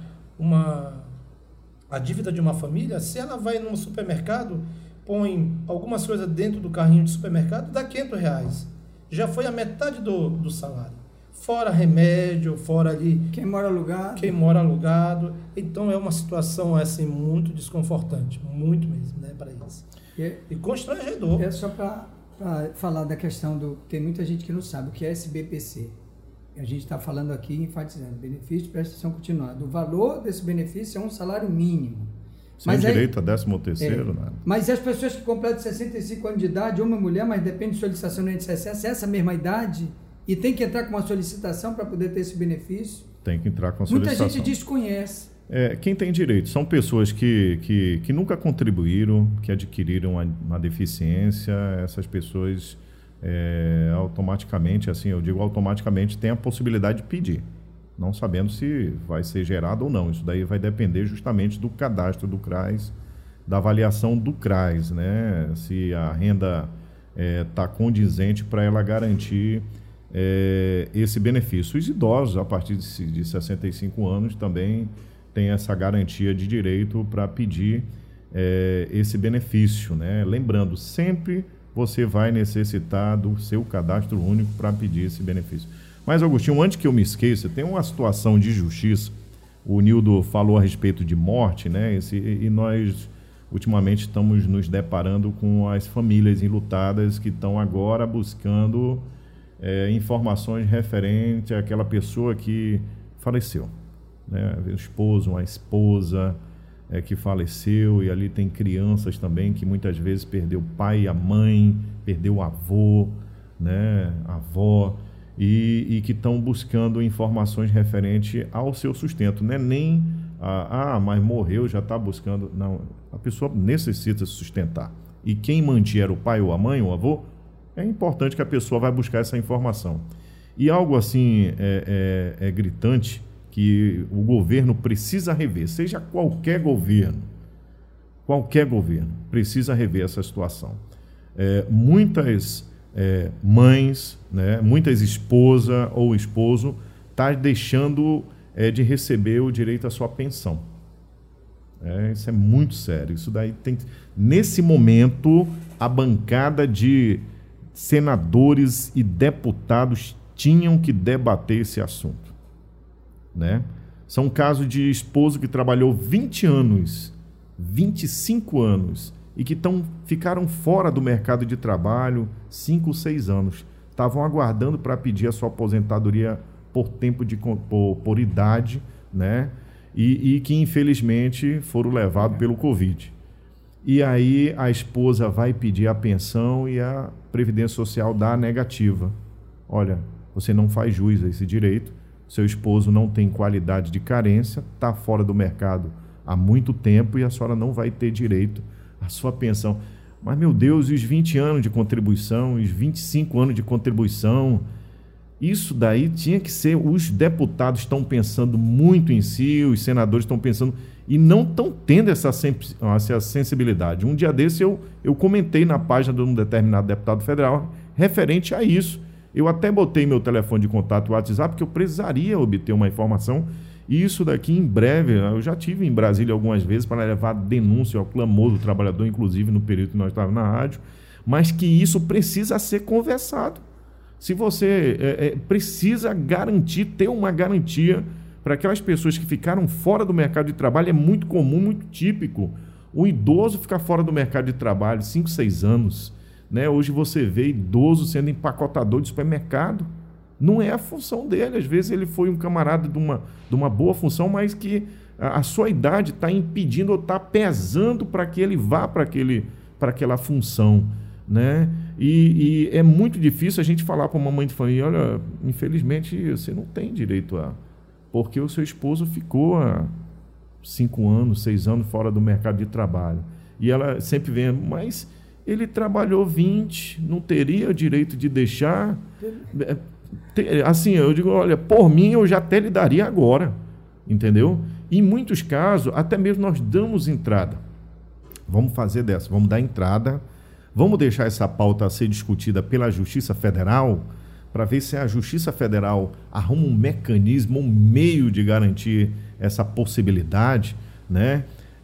a dívida de uma família, se ela vai num supermercado, põe algumas coisas dentro do carrinho de supermercado, dá R$500. Já foi a metade do salário. Fora remédio, fora ali... Quem mora alugado. Quem mora alugado. Então, é uma situação, assim, muito desconfortante. Muito mesmo, né, para isso. E constrangedor. É só para falar da questão do... Tem muita gente que não sabe o que é esse BPC. A gente está falando aqui, enfatizando, benefício de prestação continuada. O valor desse benefício é um salário mínimo. Sem direito a 13º, nada. Mas as pessoas que completam 65 anos de idade, uma mulher, mas depende de solicitação do INSS, essa mesma idade, e tem que entrar com uma solicitação para poder ter esse benefício. Tem que entrar com a solicitação. Muita gente desconhece. Quem tem direito são pessoas que nunca contribuíram, que adquiriram uma deficiência. Essas pessoas automaticamente, assim, eu digo automaticamente, tem a possibilidade de pedir, não sabendo se vai ser gerado ou não. Isso daí vai depender justamente do cadastro do CRAS, da avaliação do CRAS, né? Se a renda está condizente para ela garantir esse benefício. Os idosos, a partir de 65 anos, também têm essa garantia de direito para pedir esse benefício, né? Lembrando, sempre você vai necessitar do seu cadastro único para pedir esse benefício. Mas, Agostinho, antes que eu me esqueça, tem uma situação de justiça. O Nildo falou a respeito de morte, né? E nós, ultimamente, estamos nos deparando com as famílias enlutadas que estão agora buscando informações referentes àquela pessoa que faleceu, né? O esposo, uma esposa que faleceu, e ali tem crianças também que muitas vezes perdeu o pai e a mãe, perdeu o avô, né? A avó, e que estão buscando informações referentes ao seu sustento, né? Nem mas morreu, já está buscando. Não, a pessoa necessita se sustentar. E quem mantiver o pai ou a mãe ou o avô, é importante que a pessoa vai buscar essa informação. E algo assim é gritante, que o governo precisa rever, seja qualquer governo precisa rever essa situação. Muitas mães, né, muitas esposas ou esposo tá deixando de receber o direito à sua pensão. Isso é muito sério. Isso daí tem. Nesse momento, a bancada de senadores e deputados tinham que debater esse assunto, né? São casos de esposo que trabalhou 20 anos, 25 anos, e que ficaram fora do mercado de trabalho 5, 6 anos. Estavam aguardando para pedir a sua aposentadoria por idade, né? E que, infelizmente, foram levados pelo Covid. E aí a esposa vai pedir a pensão e a Previdência Social dá a negativa. Olha, você não faz jus a esse direito, seu esposo não tem qualidade de carência, está fora do mercado há muito tempo e a senhora não vai ter direito à sua pensão. Mas, meu Deus, e os 20 anos de contribuição, os 25 anos de contribuição? Isso daí tinha que ser, os deputados estão pensando muito em si, os senadores estão pensando, e não estão tendo essa sensibilidade. Um dia desse eu comentei na página de um determinado deputado federal referente a isso. Eu até botei meu telefone de contato no WhatsApp, porque eu precisaria obter uma informação, e isso daqui em breve, eu já estive em Brasília algumas vezes para levar denúncia ao clamor do trabalhador, inclusive no período que nós estávamos na rádio, mas que isso precisa ser conversado. Se você precisa garantir, ter uma garantia para aquelas pessoas que ficaram fora do mercado de trabalho, é muito comum, muito típico. O idoso ficar fora do mercado de trabalho 5, 6 anos. Né? Hoje você vê idoso sendo empacotador de supermercado. Não é a função dele. Às vezes ele foi um camarada de uma boa função, mas que a sua idade está impedindo ou está pesando para que ele vá para aquela função. Né? E é muito difícil a gente falar para uma mãe de família: olha, infelizmente você não tem direito porque o seu esposo ficou há 5 anos, 6 anos fora do mercado de trabalho. E ela sempre vem, mas ele trabalhou 20, não teria o direito de deixar? Assim, eu digo, olha, por mim eu já até lhe daria agora, entendeu? Em muitos casos, até mesmo nós damos entrada. Vamos fazer dessa, vamos dar entrada. Vamos deixar essa pauta a ser discutida pela Justiça Federal, para ver se a Justiça Federal arruma um mecanismo, um meio de garantir essa possibilidade, né?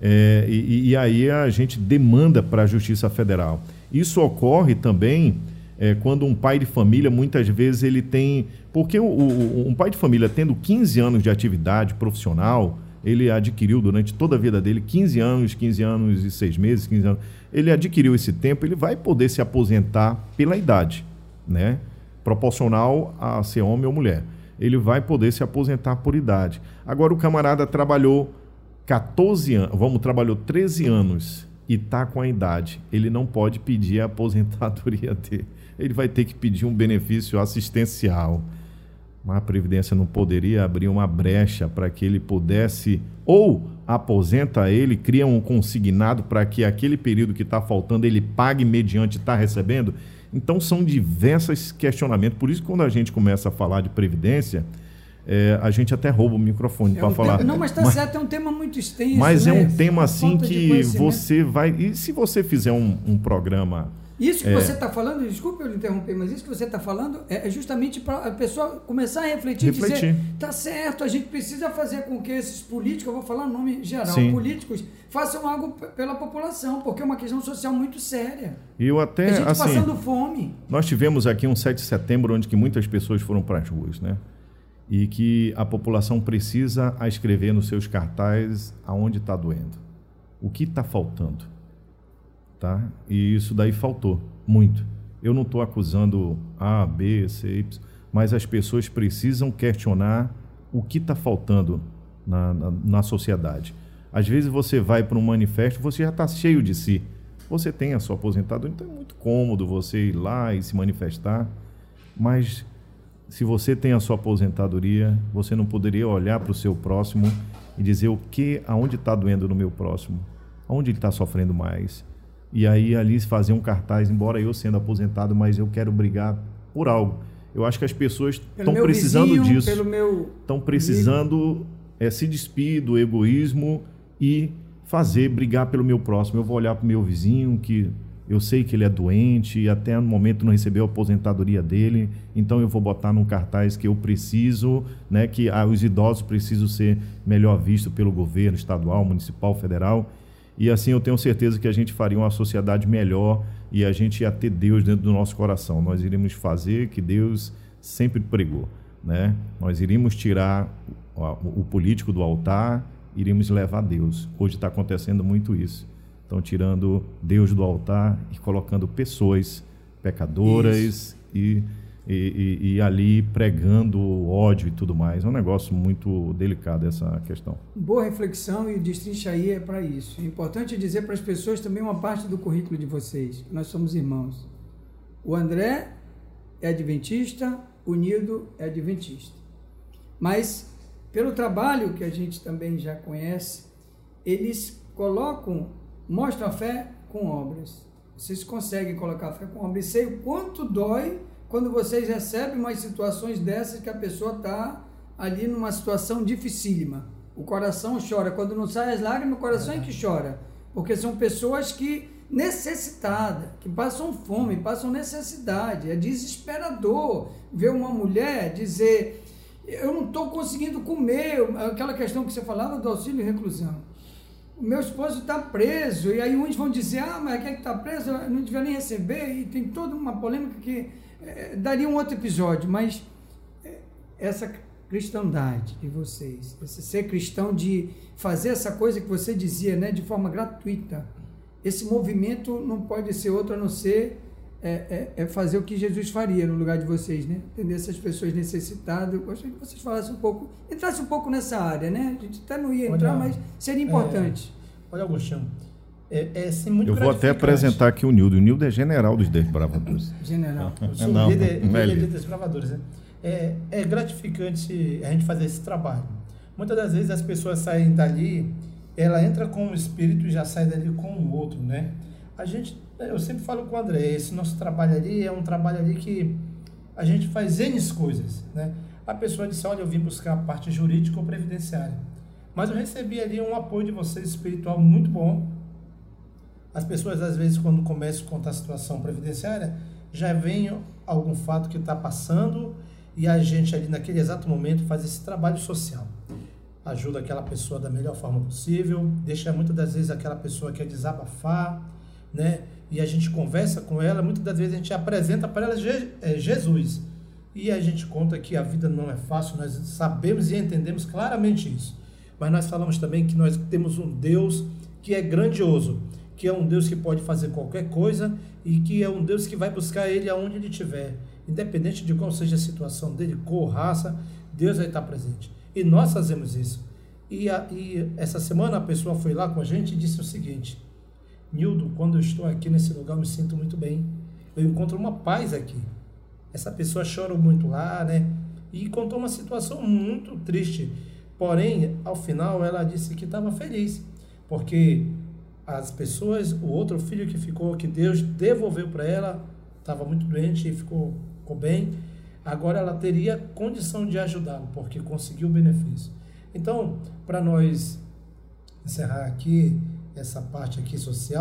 E aí a gente demanda para a Justiça Federal. Isso ocorre também quando um pai de família, muitas vezes ele tem... Porque um pai de família tendo 15 anos de atividade profissional, ele adquiriu durante toda a vida dele 15 anos e 6 meses, 15 anos. Ele adquiriu esse tempo, ele vai poder se aposentar pela idade, né? Proporcional a ser homem ou mulher. Ele vai poder se aposentar por idade. Agora o camarada trabalhou 14 anos, trabalhou 13 anos e está com a idade. Ele não pode pedir a aposentadoria dele. Ele vai ter que pedir um benefício assistencial. Mas a Previdência não poderia abrir uma brecha para que ele pudesse, ou aposenta ele, cria um consignado para que aquele período que está faltando ele pague mediante estar recebendo? Então são diversos questionamentos. Por isso que quando a gente começa a falar de Previdência, a gente até rouba o microfone para falar. Não, mas está certo, é um tema muito extenso. Mas né? É um tema assim que você vai... E se você fizer um programa Isso que você está falando, desculpe eu interromper, mas isso que você está falando é justamente para a pessoa começar a refletir. Dizer, tá certo, a gente precisa fazer com que esses políticos, eu vou falar o nome geral, políticos, façam algo pela população, porque é uma questão social muito séria. E eu até, a gente passando fome. Nós tivemos aqui um 7 de setembro, onde que muitas pessoas foram para as ruas, né? E que a população precisa escrever nos seus cartazes aonde está doendo, o que está faltando. Tá? E isso daí faltou muito. Eu não estou acusando A, B, C, Y, mas as pessoas precisam questionar o que está faltando na sociedade. Às vezes você vai para um manifesto, você já está cheio de si. Você tem a sua aposentadoria, então é muito cômodo você ir lá e se manifestar, mas se você tem a sua aposentadoria, você não poderia olhar para o seu próximo e dizer aonde está doendo no meu próximo, aonde ele está sofrendo mais. E aí ali fazer um cartaz, embora eu sendo aposentado, mas eu quero brigar por algo. Eu acho que as pessoas estão precisando disso. Estão precisando se despir do egoísmo e brigar pelo meu próximo. Eu vou olhar para o meu vizinho, que eu sei que ele é doente e até no momento não recebeu a aposentadoria dele, então eu vou botar num cartaz que eu preciso, né, que os idosos precisam ser melhor vistos pelo governo estadual, municipal, federal. E assim eu tenho certeza que a gente faria uma sociedade melhor e a gente ia ter Deus dentro do nosso coração. Nós iríamos fazer que Deus sempre pregou, né? Nós iríamos tirar o político do altar, iríamos levar Deus. Hoje está acontecendo muito isso. Estão tirando Deus do altar e colocando pessoas pecadoras e ali pregando ódio e tudo mais. É um negócio muito delicado essa questão. Boa reflexão, e o Destrincha aí é para isso. É importante dizer para as pessoas também uma parte do currículo de vocês. Nós somos irmãos. O André é adventista, o Nildo é adventista. Mas, pelo trabalho que a gente também já conhece, eles mostram a fé com obras. Vocês conseguem colocar a fé com obras. E sei o quanto dói quando vocês recebem umas situações dessas que a pessoa está ali numa situação dificílima. O coração chora. Quando não sai as lágrimas, o coração é que chora. Porque são pessoas necessitadas, que passam fome, passam necessidade. É desesperador ver uma mulher dizer: eu não estou conseguindo comer. Aquela questão que você falava do auxílio e reclusão. O meu esposo está preso. E aí uns vão dizer: mas quem é que está preso? Eu não devia nem receber. E tem toda uma polêmica que daria um outro episódio, mas essa cristandade de vocês, esse ser cristão, de fazer essa coisa que você dizia, né, de forma gratuita, esse movimento não pode ser outro a não ser fazer o que Jesus faria no lugar de vocês, né? Atender essas pessoas necessitadas. Eu gostaria que vocês falassem entrassem um pouco nessa área, né? A gente até não ia entrar, mas seria importante. Olha, Agostinho, assim, muito eu vou até apresentar aqui o Nildo. O Nildo é general dos Desbravadores. General. Líder dos Desbravadores, né? É gratificante a gente fazer esse trabalho. Muitas das vezes as pessoas saem dali, ela entra com um espírito e já sai dali com o outro, né? Eu sempre falo com o André, esse nosso trabalho ali é um trabalho ali que a gente faz N coisas, né? A pessoa disse: olha, eu vim buscar a parte jurídica ou previdenciária, mas eu recebi ali um apoio de vocês espiritual muito bom. As pessoas, às vezes, quando começam a contar a situação previdenciária, já vem algum fato que está passando e a gente ali naquele exato momento faz esse trabalho social. Ajuda aquela pessoa da melhor forma possível, deixa muitas das vezes aquela pessoa que quer desabafar, né? E a gente conversa com ela, muitas das vezes a gente apresenta para ela Jesus. E a gente conta que a vida não é fácil, nós sabemos e entendemos claramente isso. Mas nós falamos também que nós temos um Deus que é grandioso, que é um Deus que pode fazer qualquer coisa e que é um Deus que vai buscar ele aonde ele estiver. Independente de qual seja a situação dele, cor, raça, Deus vai estar presente. E nós fazemos isso. E essa semana a pessoa foi lá com a gente e disse o seguinte: Nildo, quando eu estou aqui nesse lugar eu me sinto muito bem. Eu encontro uma paz aqui. Essa pessoa chora muito lá, né? E contou uma situação muito triste. Porém, ao final ela disse que estava feliz, porque as pessoas, o outro filho que ficou, que Deus devolveu para ela, estava muito doente e ficou bem. Agora ela teria condição de ajudá-lo, porque conseguiu o benefício. Então, para nós encerrar aqui essa parte aqui social,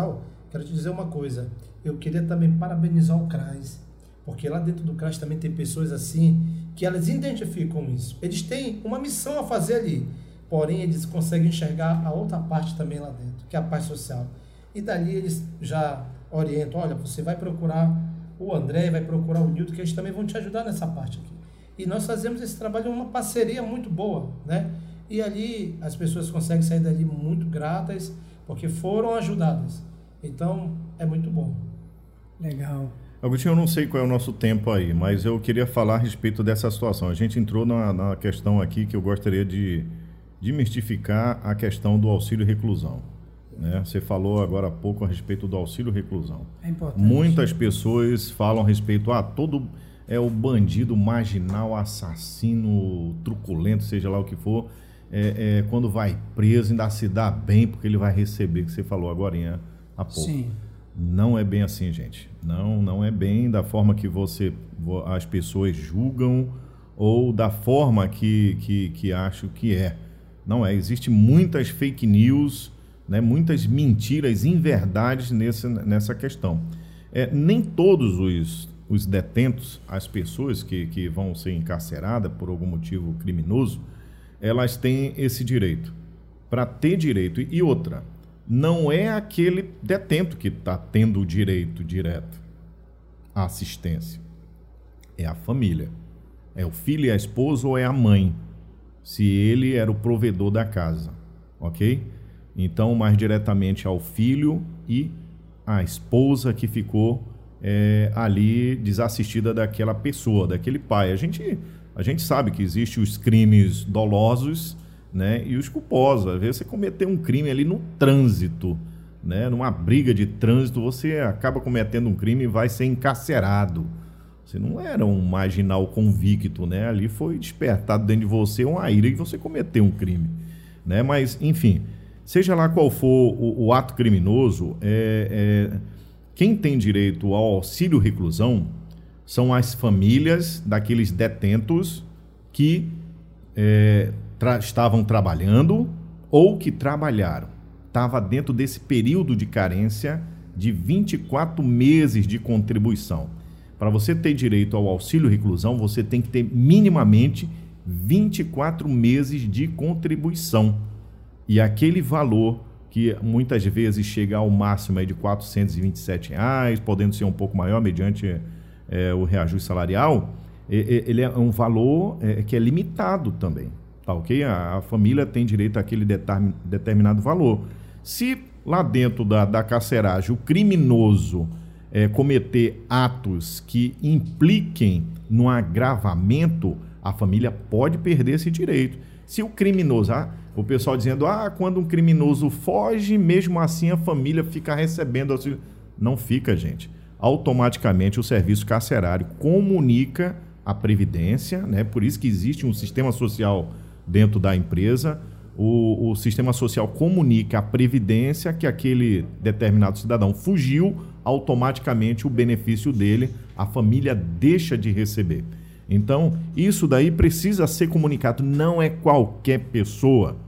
quero te dizer uma coisa. Eu queria também parabenizar o CRAS, porque lá dentro do CRAS também tem pessoas assim, que elas identificam isso. Eles têm uma missão a fazer ali, porém eles conseguem enxergar a outra parte também lá dentro, que é a parte social. E dali eles já orientam, olha, você vai procurar o André, vai procurar o Nilton, que eles também vão te ajudar nessa parte aqui. E nós fazemos esse trabalho uma parceria muito boa, né? E ali as pessoas conseguem sair dali muito gratas, porque foram ajudadas. Então, é muito bom. Legal. Agostinho, eu não sei qual é o nosso tempo aí, mas eu queria falar a respeito dessa situação. A gente entrou na questão aqui que eu gostaria de mistificar a questão do auxílio reclusão. Né? Você falou agora há pouco a respeito do auxílio reclusão. É importante. Muitas pessoas falam a respeito, todo é o bandido marginal, assassino, truculento, seja lá o que for, quando vai preso ainda se dá bem porque ele vai receber, que você falou agora há pouco. Sim. Não é bem assim, gente. Não é bem da forma que as pessoas julgam ou da forma que acham que é. Não é. Existem muitas fake news, né, muitas mentiras, inverdades nessa questão. Nem todos os detentos, as pessoas que vão ser encarceradas por algum motivo criminoso, elas têm esse direito. Para ter direito. E outra, não é aquele detento que está tendo o direito direto à assistência. É a família. É o filho e a esposa ou é a mãe, se ele era o provedor da casa. Ok? Então, mais diretamente ao filho e à esposa que ficou ali desassistida daquela pessoa, daquele pai. A gente sabe que existem os crimes dolosos, né, e os culposos. Às vezes você cometeu um crime ali no trânsito, né, numa briga de trânsito, você acaba cometendo um crime e vai ser encarcerado. Você não era um marginal convicto, né? Ali foi despertado dentro de você uma ira e você cometeu um crime, né? Mas, enfim, seja lá qual for o ato criminoso, quem tem direito ao auxílio reclusão são as famílias daqueles detentos que estavam trabalhando ou que trabalharam. Estava dentro desse período de carência de 24 meses de contribuição. Para você ter direito ao auxílio reclusão, você tem que ter minimamente 24 meses de contribuição. E aquele valor que muitas vezes chega ao máximo de R$ 427, podendo ser um pouco maior mediante o reajuste salarial, ele é um valor que é limitado também. Tá, ok? A família tem direito àquele determinado valor. Se lá dentro da carceragem o criminoso cometer atos que impliquem no agravamento, a família pode perder esse direito. Se o criminoso, o pessoal dizendo, quando um criminoso foge, mesmo assim a família fica recebendo auxílio. Não fica, gente. Automaticamente o serviço carcerário comunica a Previdência, né? Por isso que existe um sistema social dentro da empresa. O sistema social comunica a Previdência que aquele determinado cidadão fugiu, automaticamente o benefício dele, a família deixa de receber. Então, isso daí precisa ser comunicado. Não é qualquer pessoa.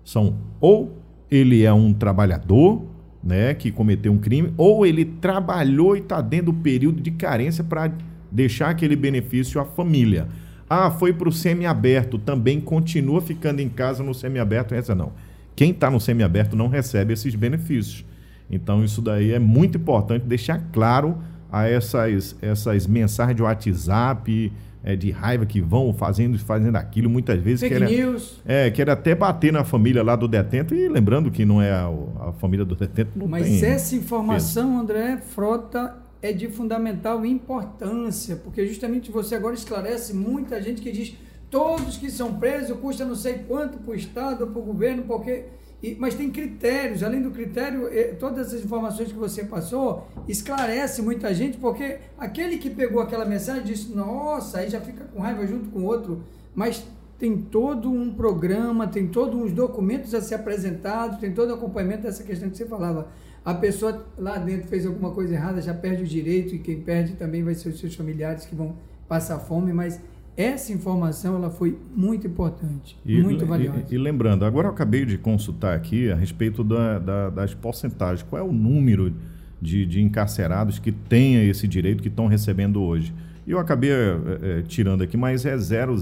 Ou ele é um trabalhador, né, que cometeu um crime, ou ele trabalhou e está dentro do período de carência para deixar aquele benefício à família. Foi para o semiaberto, também continua ficando em casa no semiaberto, essa não. Quem está no semiaberto não recebe esses benefícios. Então, isso daí é muito importante deixar claro a essas mensagens de WhatsApp, de raiva que vão fazendo aquilo, muitas vezes fake news. Quer até bater na família lá do detento, e lembrando que não é a família do detento, não Mas tem essa informação, peso. André Frota, é de fundamental importância, porque justamente você agora esclarece muita gente que diz todos que são presos custa não sei quanto para o Estado, para o governo, mas tem critérios. Além do critério, todas as informações que você passou esclarece muita gente, porque aquele que pegou aquela mensagem disse, nossa, aí já fica com raiva junto com o outro, mas tem todo um programa, tem todos uns documentos a ser apresentados, tem todo o acompanhamento dessa questão que você falava. A pessoa lá dentro fez alguma coisa errada, já perde o direito, e quem perde também vai ser os seus familiares que vão passar fome, mas essa informação ela foi muito importante, muito valiosa. E lembrando, agora eu acabei de consultar aqui a respeito das porcentagens. Qual é o número de encarcerados que tenha esse direito que estão recebendo hoje. E eu acabei tirando aqui, mas é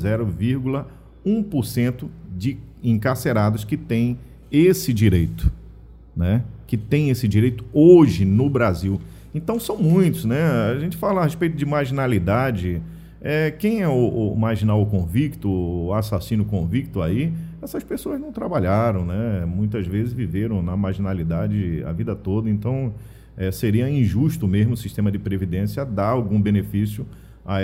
0,01% de encarcerados que têm esse direito, né? Que tem esse direito hoje no Brasil. Então são muitos, né? A gente fala a respeito de marginalidade. Quem é o marginal convicto, o assassino convicto aí? Essas pessoas não trabalharam, né? Muitas vezes viveram na marginalidade a vida toda. Então seria injusto mesmo o sistema de previdência dar algum benefício a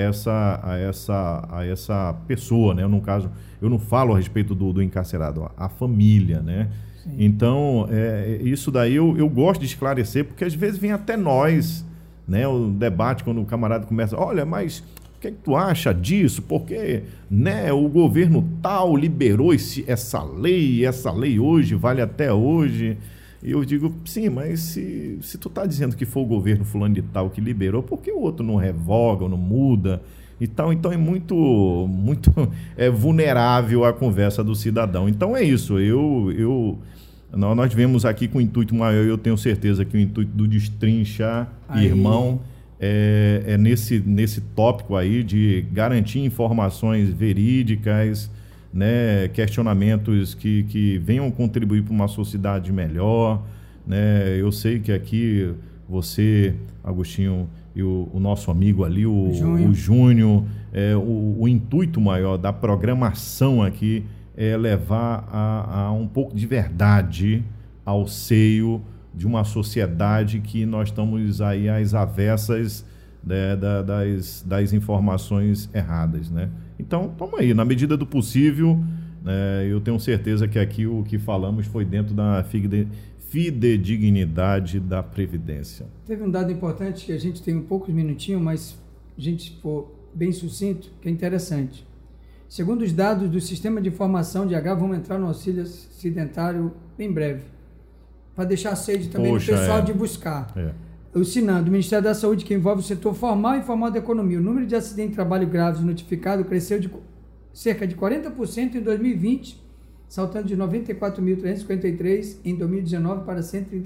essa pessoa, né? No caso, eu não falo a respeito do encarcerado, a família, né? Sim. Então, isso daí eu gosto de esclarecer, porque às vezes vem até nós, né? O debate, quando o camarada começa, olha, mas o que é que tu acha disso? Porque, né, o governo tal liberou essa lei hoje vale até hoje. E eu digo, sim, mas se tu tá dizendo que foi o governo fulano de tal que liberou, por que o outro não revoga ou não muda e tal? Então é muito vulnerável a conversa do cidadão. Então é isso, nós viemos aqui com o intuito maior, e eu tenho certeza que o intuito do Destrincha Irmão é nesse tópico aí de garantir informações verídicas, né, questionamentos que venham contribuir para uma sociedade melhor, né? Eu sei que aqui você, Agostinho, e o nosso amigo ali, o Júnior, o intuito maior da programação aqui é levar a um pouco de verdade ao seio de uma sociedade que nós estamos aí às avessas, né, das informações erradas, né? Então, toma aí, na medida do possível, eu tenho certeza que aqui o que falamos foi dentro da fidedignidade da Previdência. Teve um dado importante que a gente tem um poucos minutinhos, mas a gente for bem sucinto, que é interessante. Segundo os dados do Sistema de Informação de H, vamos entrar no auxílio acidentário em breve, para deixar a sede também do pessoal de buscar. O SINAM, do Ministério da Saúde, que envolve o setor formal e informal da economia. O número de acidentes de trabalho graves notificados cresceu de cerca de 40% em 2020, saltando de 94.353 em 2019 para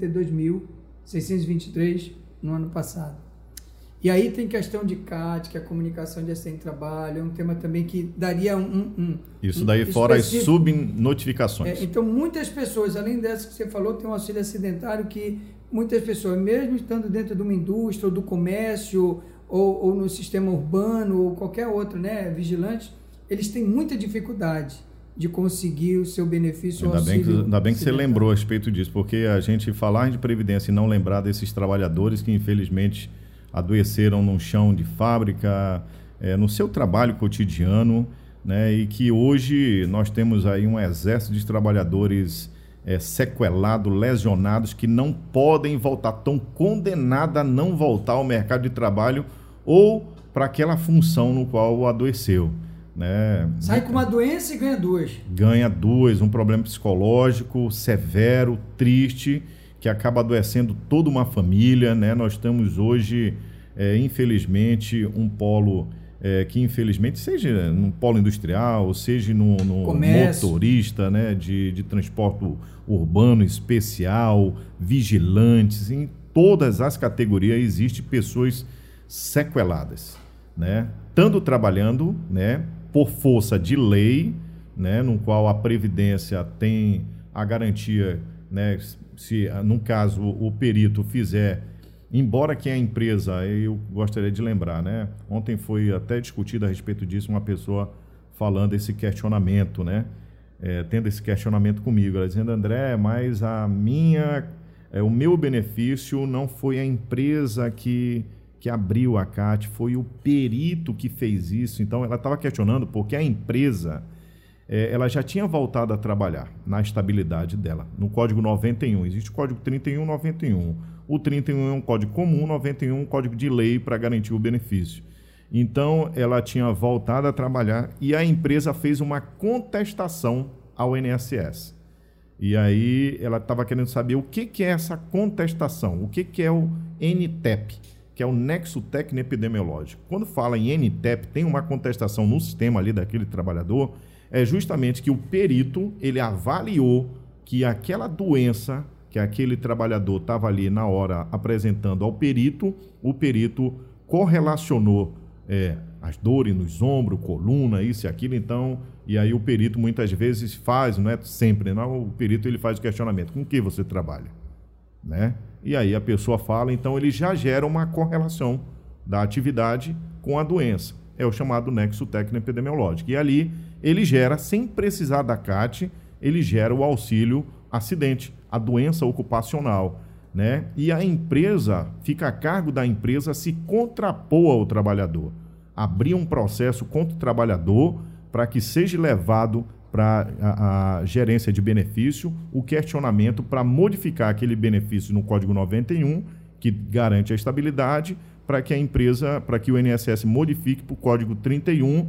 132.623 no ano passado. E aí tem questão de CAT, que é a comunicação de acidente de trabalho, é um tema também que daria Isso daí fora as subnotificações. Então, muitas pessoas, além dessa que você falou, tem um auxílio acidentário que muitas pessoas, mesmo estando dentro de uma indústria ou do comércio ou no sistema urbano ou qualquer outro, né, vigilante, eles têm muita dificuldade de conseguir o seu benefício auxílio. Ainda bem que você lembrou a respeito disso, porque a gente falar de previdência e não lembrar desses trabalhadores que infelizmente adoeceram no chão de fábrica, no seu trabalho cotidiano, né, e que hoje nós temos aí um exército de trabalhadores sequelados, lesionados, que não podem voltar, estão condenados a não voltar ao mercado de trabalho ou para aquela função no qual adoeceu, né? Sai com uma doença e ganha duas. Ganha duas, um problema psicológico severo, triste, que acaba adoecendo toda uma família, né? Nós temos hoje, infelizmente, um polo que, infelizmente, seja no polo industrial, seja no motorista, né? de transporte urbano especial, vigilantes, em todas as categorias existem pessoas sequeladas, né? Tanto trabalhando, né, por força de lei, né, no qual a Previdência tem a garantia, né, se no caso o perito fizer, embora que a empresa, eu gostaria de lembrar, né, ontem foi até discutido a respeito disso, uma pessoa falando esse questionamento, né, tendo esse questionamento comigo, ela dizendo, André, mas o meu benefício não foi a empresa que abriu a CAT, foi o perito que fez isso. Então ela estava questionando porque a empresa ela já tinha voltado a trabalhar na estabilidade dela, no Código 91, existe o Código 31 e 91. O 31 é um código comum, 91 é um código de lei para garantir o benefício. Então ela tinha voltado a trabalhar e a empresa fez uma contestação ao INSS. E aí ela estava querendo saber o que é essa contestação, o que é o NTEP, que é o Nexo Técnico Epidemiológico. Quando fala em NTEP, tem uma contestação no sistema ali daquele trabalhador, é justamente que o perito, ele avaliou que aquela doença que aquele trabalhador estava ali na hora apresentando ao perito, o perito correlacionou as dores nos ombros, coluna, isso e aquilo, então, e aí o perito muitas vezes faz, não é sempre, não, o perito ele faz o questionamento, com que você trabalha, né? E aí a pessoa fala, então ele já gera uma correlação da atividade com a doença, é o chamado nexo técnico-epidemiológico, e ali ele gera, sem precisar da CAT, ele gera o auxílio acidente, a doença ocupacional, né? E a empresa, fica a cargo da empresa se contrapor ao trabalhador, abrir um processo contra o trabalhador para que seja levado para a gerência de benefício o questionamento para modificar aquele benefício no Código 91, que garante a estabilidade, para que a empresa, para que o INSS modifique para o Código 31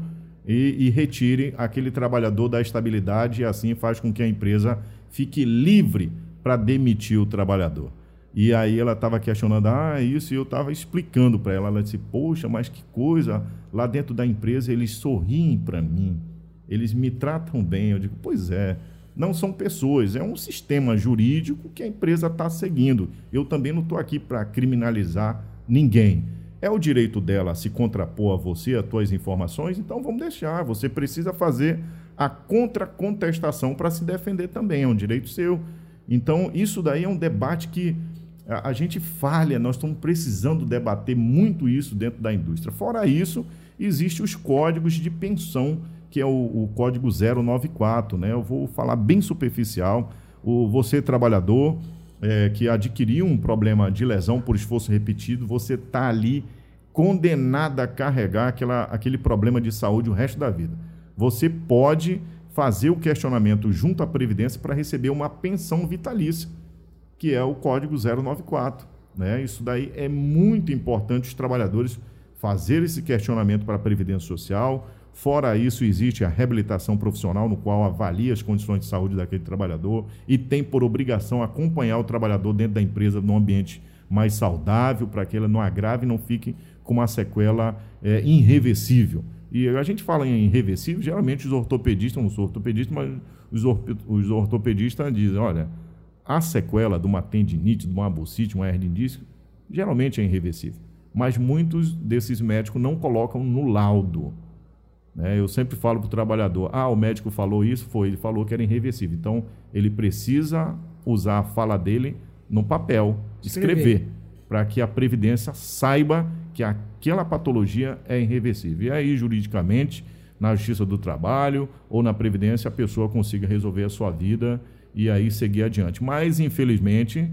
e retire aquele trabalhador da estabilidade e assim faz com que a empresa fique livre para demitir o trabalhador. E aí ela estava questionando, isso, e eu estava explicando para ela, ela disse, poxa, mas que coisa, lá dentro da empresa eles sorriem para mim, eles me tratam bem. Eu digo, pois é, não são pessoas, é um sistema jurídico que a empresa está seguindo. Eu também não estou aqui para criminalizar ninguém. É o direito dela se contrapor a você, as tuas informações, então vamos deixar, você precisa fazer a contra-contestação para se defender também, é um direito seu. Então, isso daí é um debate que a gente falha, nós estamos precisando debater muito isso dentro da indústria. Fora isso, existem os códigos de pensão, que é o código 094, né? Eu vou falar bem superficial. Você, trabalhador, que adquiriu um problema de lesão por esforço repetido, você está ali condenado a carregar aquele problema de saúde o resto da vida. Você pode fazer o questionamento junto à Previdência para receber uma pensão vitalícia, que é o Código 094. Né? Isso daí é muito importante os trabalhadores fazerem esse questionamento para a Previdência Social. Fora isso, existe a reabilitação profissional, no qual avalia as condições de saúde daquele trabalhador e tem por obrigação acompanhar o trabalhador dentro da empresa num ambiente mais saudável, para que ele não agrave e não fique com uma sequela irreversível. E a gente fala em irreversível, geralmente os ortopedistas, não sou ortopedista, mas os ortopedistas dizem, olha, a sequela de uma tendinite, de uma bursite, uma hernia de disco, geralmente é irreversível. Mas muitos desses médicos não colocam no laudo. Eu sempre falo para o trabalhador, o médico falou isso, ele falou que era irreversível. Então, ele precisa usar a fala dele no papel, escrever, para que a Previdência saiba que aquela patologia é irreversível. E aí, juridicamente, na Justiça do Trabalho ou na Previdência, a pessoa consiga resolver a sua vida e aí seguir adiante. Mas, infelizmente,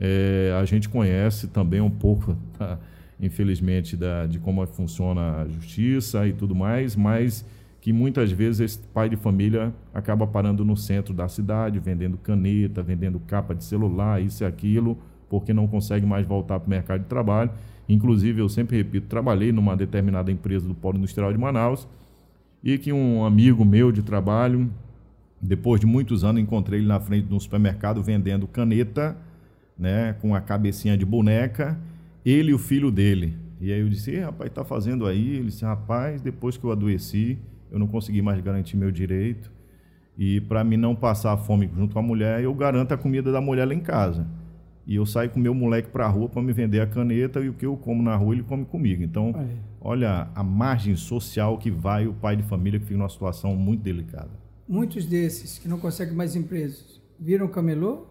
a gente conhece também um pouco, infelizmente, de como funciona a justiça e tudo mais, mas que muitas vezes esse pai de família acaba parando no centro da cidade, vendendo caneta, vendendo capa de celular, isso e aquilo, porque não consegue mais voltar para o mercado de trabalho. Inclusive, eu sempre repito, trabalhei numa determinada empresa do Polo Industrial de Manaus e que um amigo meu de trabalho, depois de muitos anos, encontrei ele na frente de um supermercado vendendo caneta, né, com a cabecinha de boneca, ele e o filho dele. E aí eu disse, rapaz, está fazendo aí? Ele disse, rapaz, depois que eu adoeci, eu não consegui mais garantir meu direito e para mim não passar fome junto com a mulher, eu garanto a comida da mulher lá em casa. E eu saio com o meu moleque para a rua para me vender a caneta e o que eu como na rua ele come comigo. Então, olha a margem social que vai o pai de família que fica numa situação muito delicada. Muitos desses que não conseguem mais empregos viram camelô,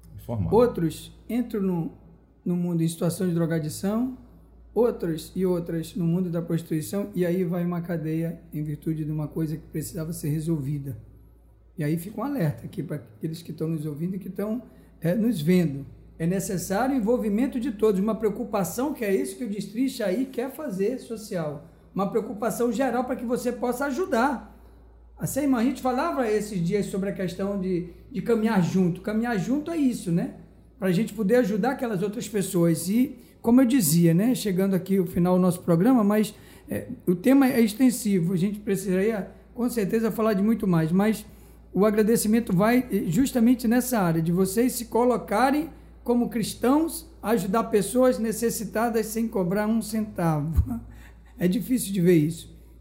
outros entram no mundo em situação de drogadição, outras no mundo da prostituição, e aí vai uma cadeia em virtude de uma coisa que precisava ser resolvida. E aí fica um alerta aqui para aqueles que estão nos ouvindo e que estão nos vendo. É necessário o envolvimento de todos, uma preocupação, que é isso que o Destrincha aí quer fazer, social. Uma preocupação geral para que você possa ajudar. Assim, irmão, a gente falava esses dias sobre a questão de caminhar junto. Caminhar junto é isso, né? Para a gente poder ajudar aquelas outras pessoas. E, como eu dizia, né? Chegando aqui ao final do nosso programa, mas o tema é extensivo. A gente precisaria, com certeza, falar de muito mais. Mas o agradecimento vai justamente nessa área, de vocês se colocarem como cristãos, ajudar pessoas necessitadas sem cobrar um centavo. É difícil de ver isso.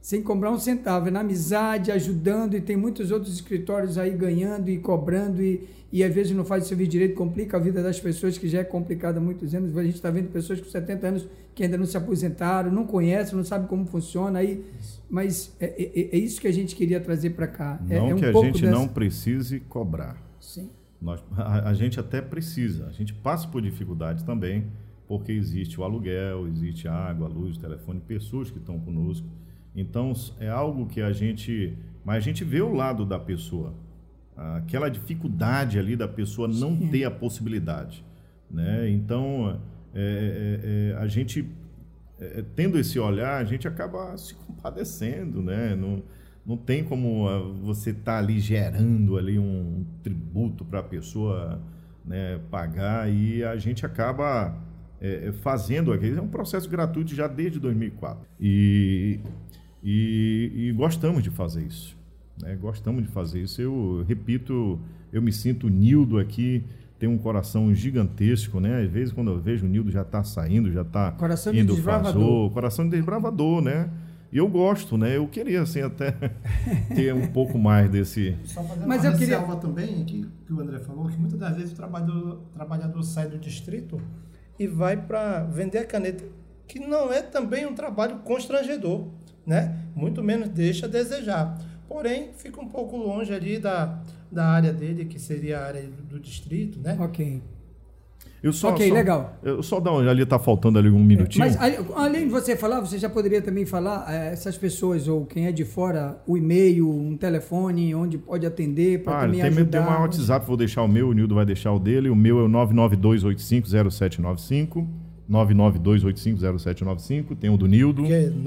sem cobrar um centavo, é na amizade, ajudando, e tem muitos outros escritórios aí ganhando e cobrando, e às vezes não faz o serviço direito, complica a vida das pessoas, que já é complicada há muitos anos. A gente está vendo pessoas com 70 anos que ainda não se aposentaram, não conhecem, não sabem como funciona, mas é isso que a gente queria trazer para cá. Não um que a pouco gente dessa... não precise cobrar. Sim. A gente até precisa, a gente passa por dificuldades também, porque existe o aluguel, existe a água, a luz, o telefone, pessoas que estão conosco. Então, é algo que a gente... Mas a gente vê o lado da pessoa, aquela dificuldade ali da pessoa não ter a possibilidade, né? Então, a gente, tendo esse olhar, a gente acaba se compadecendo, né? Não tem como você estar ali gerando ali um tributo para a pessoa, né, pagar, e a gente acaba fazendo aquilo. É um processo gratuito já desde 2004. E gostamos de fazer isso, né? Gostamos de fazer isso. Eu repito, eu me sinto Nildo aqui, tem um coração gigantesco, né? Às vezes, quando eu vejo o Nildo já está saindo, já está indo desbravador. Coração de desbravador, né? E eu gosto, né? Eu queria, assim, até ter um pouco mais desse... Só fazendo Mas uma eu queria... ressalva também, que o André falou, que muitas das vezes o trabalhador sai do distrito e vai para vender a caneta, que não é também um trabalho constrangedor, né? Muito menos deixa a desejar. Porém, fica um pouco longe ali da área dele, que seria a área do distrito, né? Ok. Legal. Eu só dar uma... Ali está faltando ali um minutinho. Mas, além de você falar, você já poderia também falar, essas pessoas, ou quem é de fora, o e-mail, um telefone, onde pode atender, para também ajudar. Tem um WhatsApp, vou deixar o meu, o Nildo vai deixar o dele. O meu é o 992850795. 992850795. Tem o do Nildo. Que é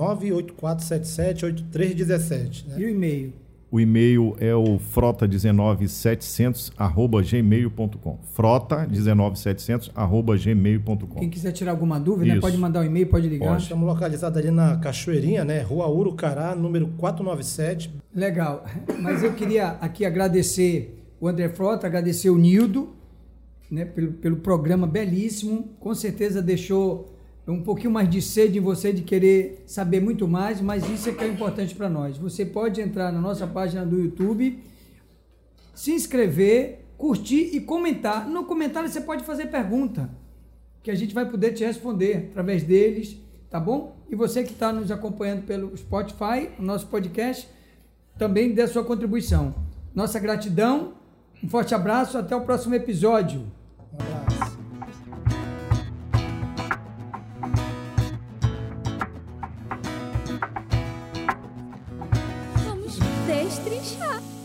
984778317. Né? E o e-mail? O e-mail é o frota19700@gmail.com. frota19700@gmail.com. Quem quiser tirar alguma dúvida, né, pode mandar um e-mail, pode ligar. Pode. Estamos localizados ali na Cachoeirinha, né? Rua Urucará, número 497. Legal. Mas eu queria aqui agradecer o André Frota, agradecer o Nildo, né, pelo programa belíssimo. Com certeza deixou um pouquinho mais de sede em você, de querer saber muito mais, mas isso é que é importante para nós. Você pode entrar na nossa página do YouTube, se inscrever, curtir e comentar. No comentário você pode fazer pergunta, que a gente vai poder te responder através deles, tá bom? E você que está nos acompanhando pelo Spotify, o nosso podcast, também dê a sua contribuição. Nossa gratidão, um forte abraço, até o próximo episódio. Um abraço. Vamos destrinchar.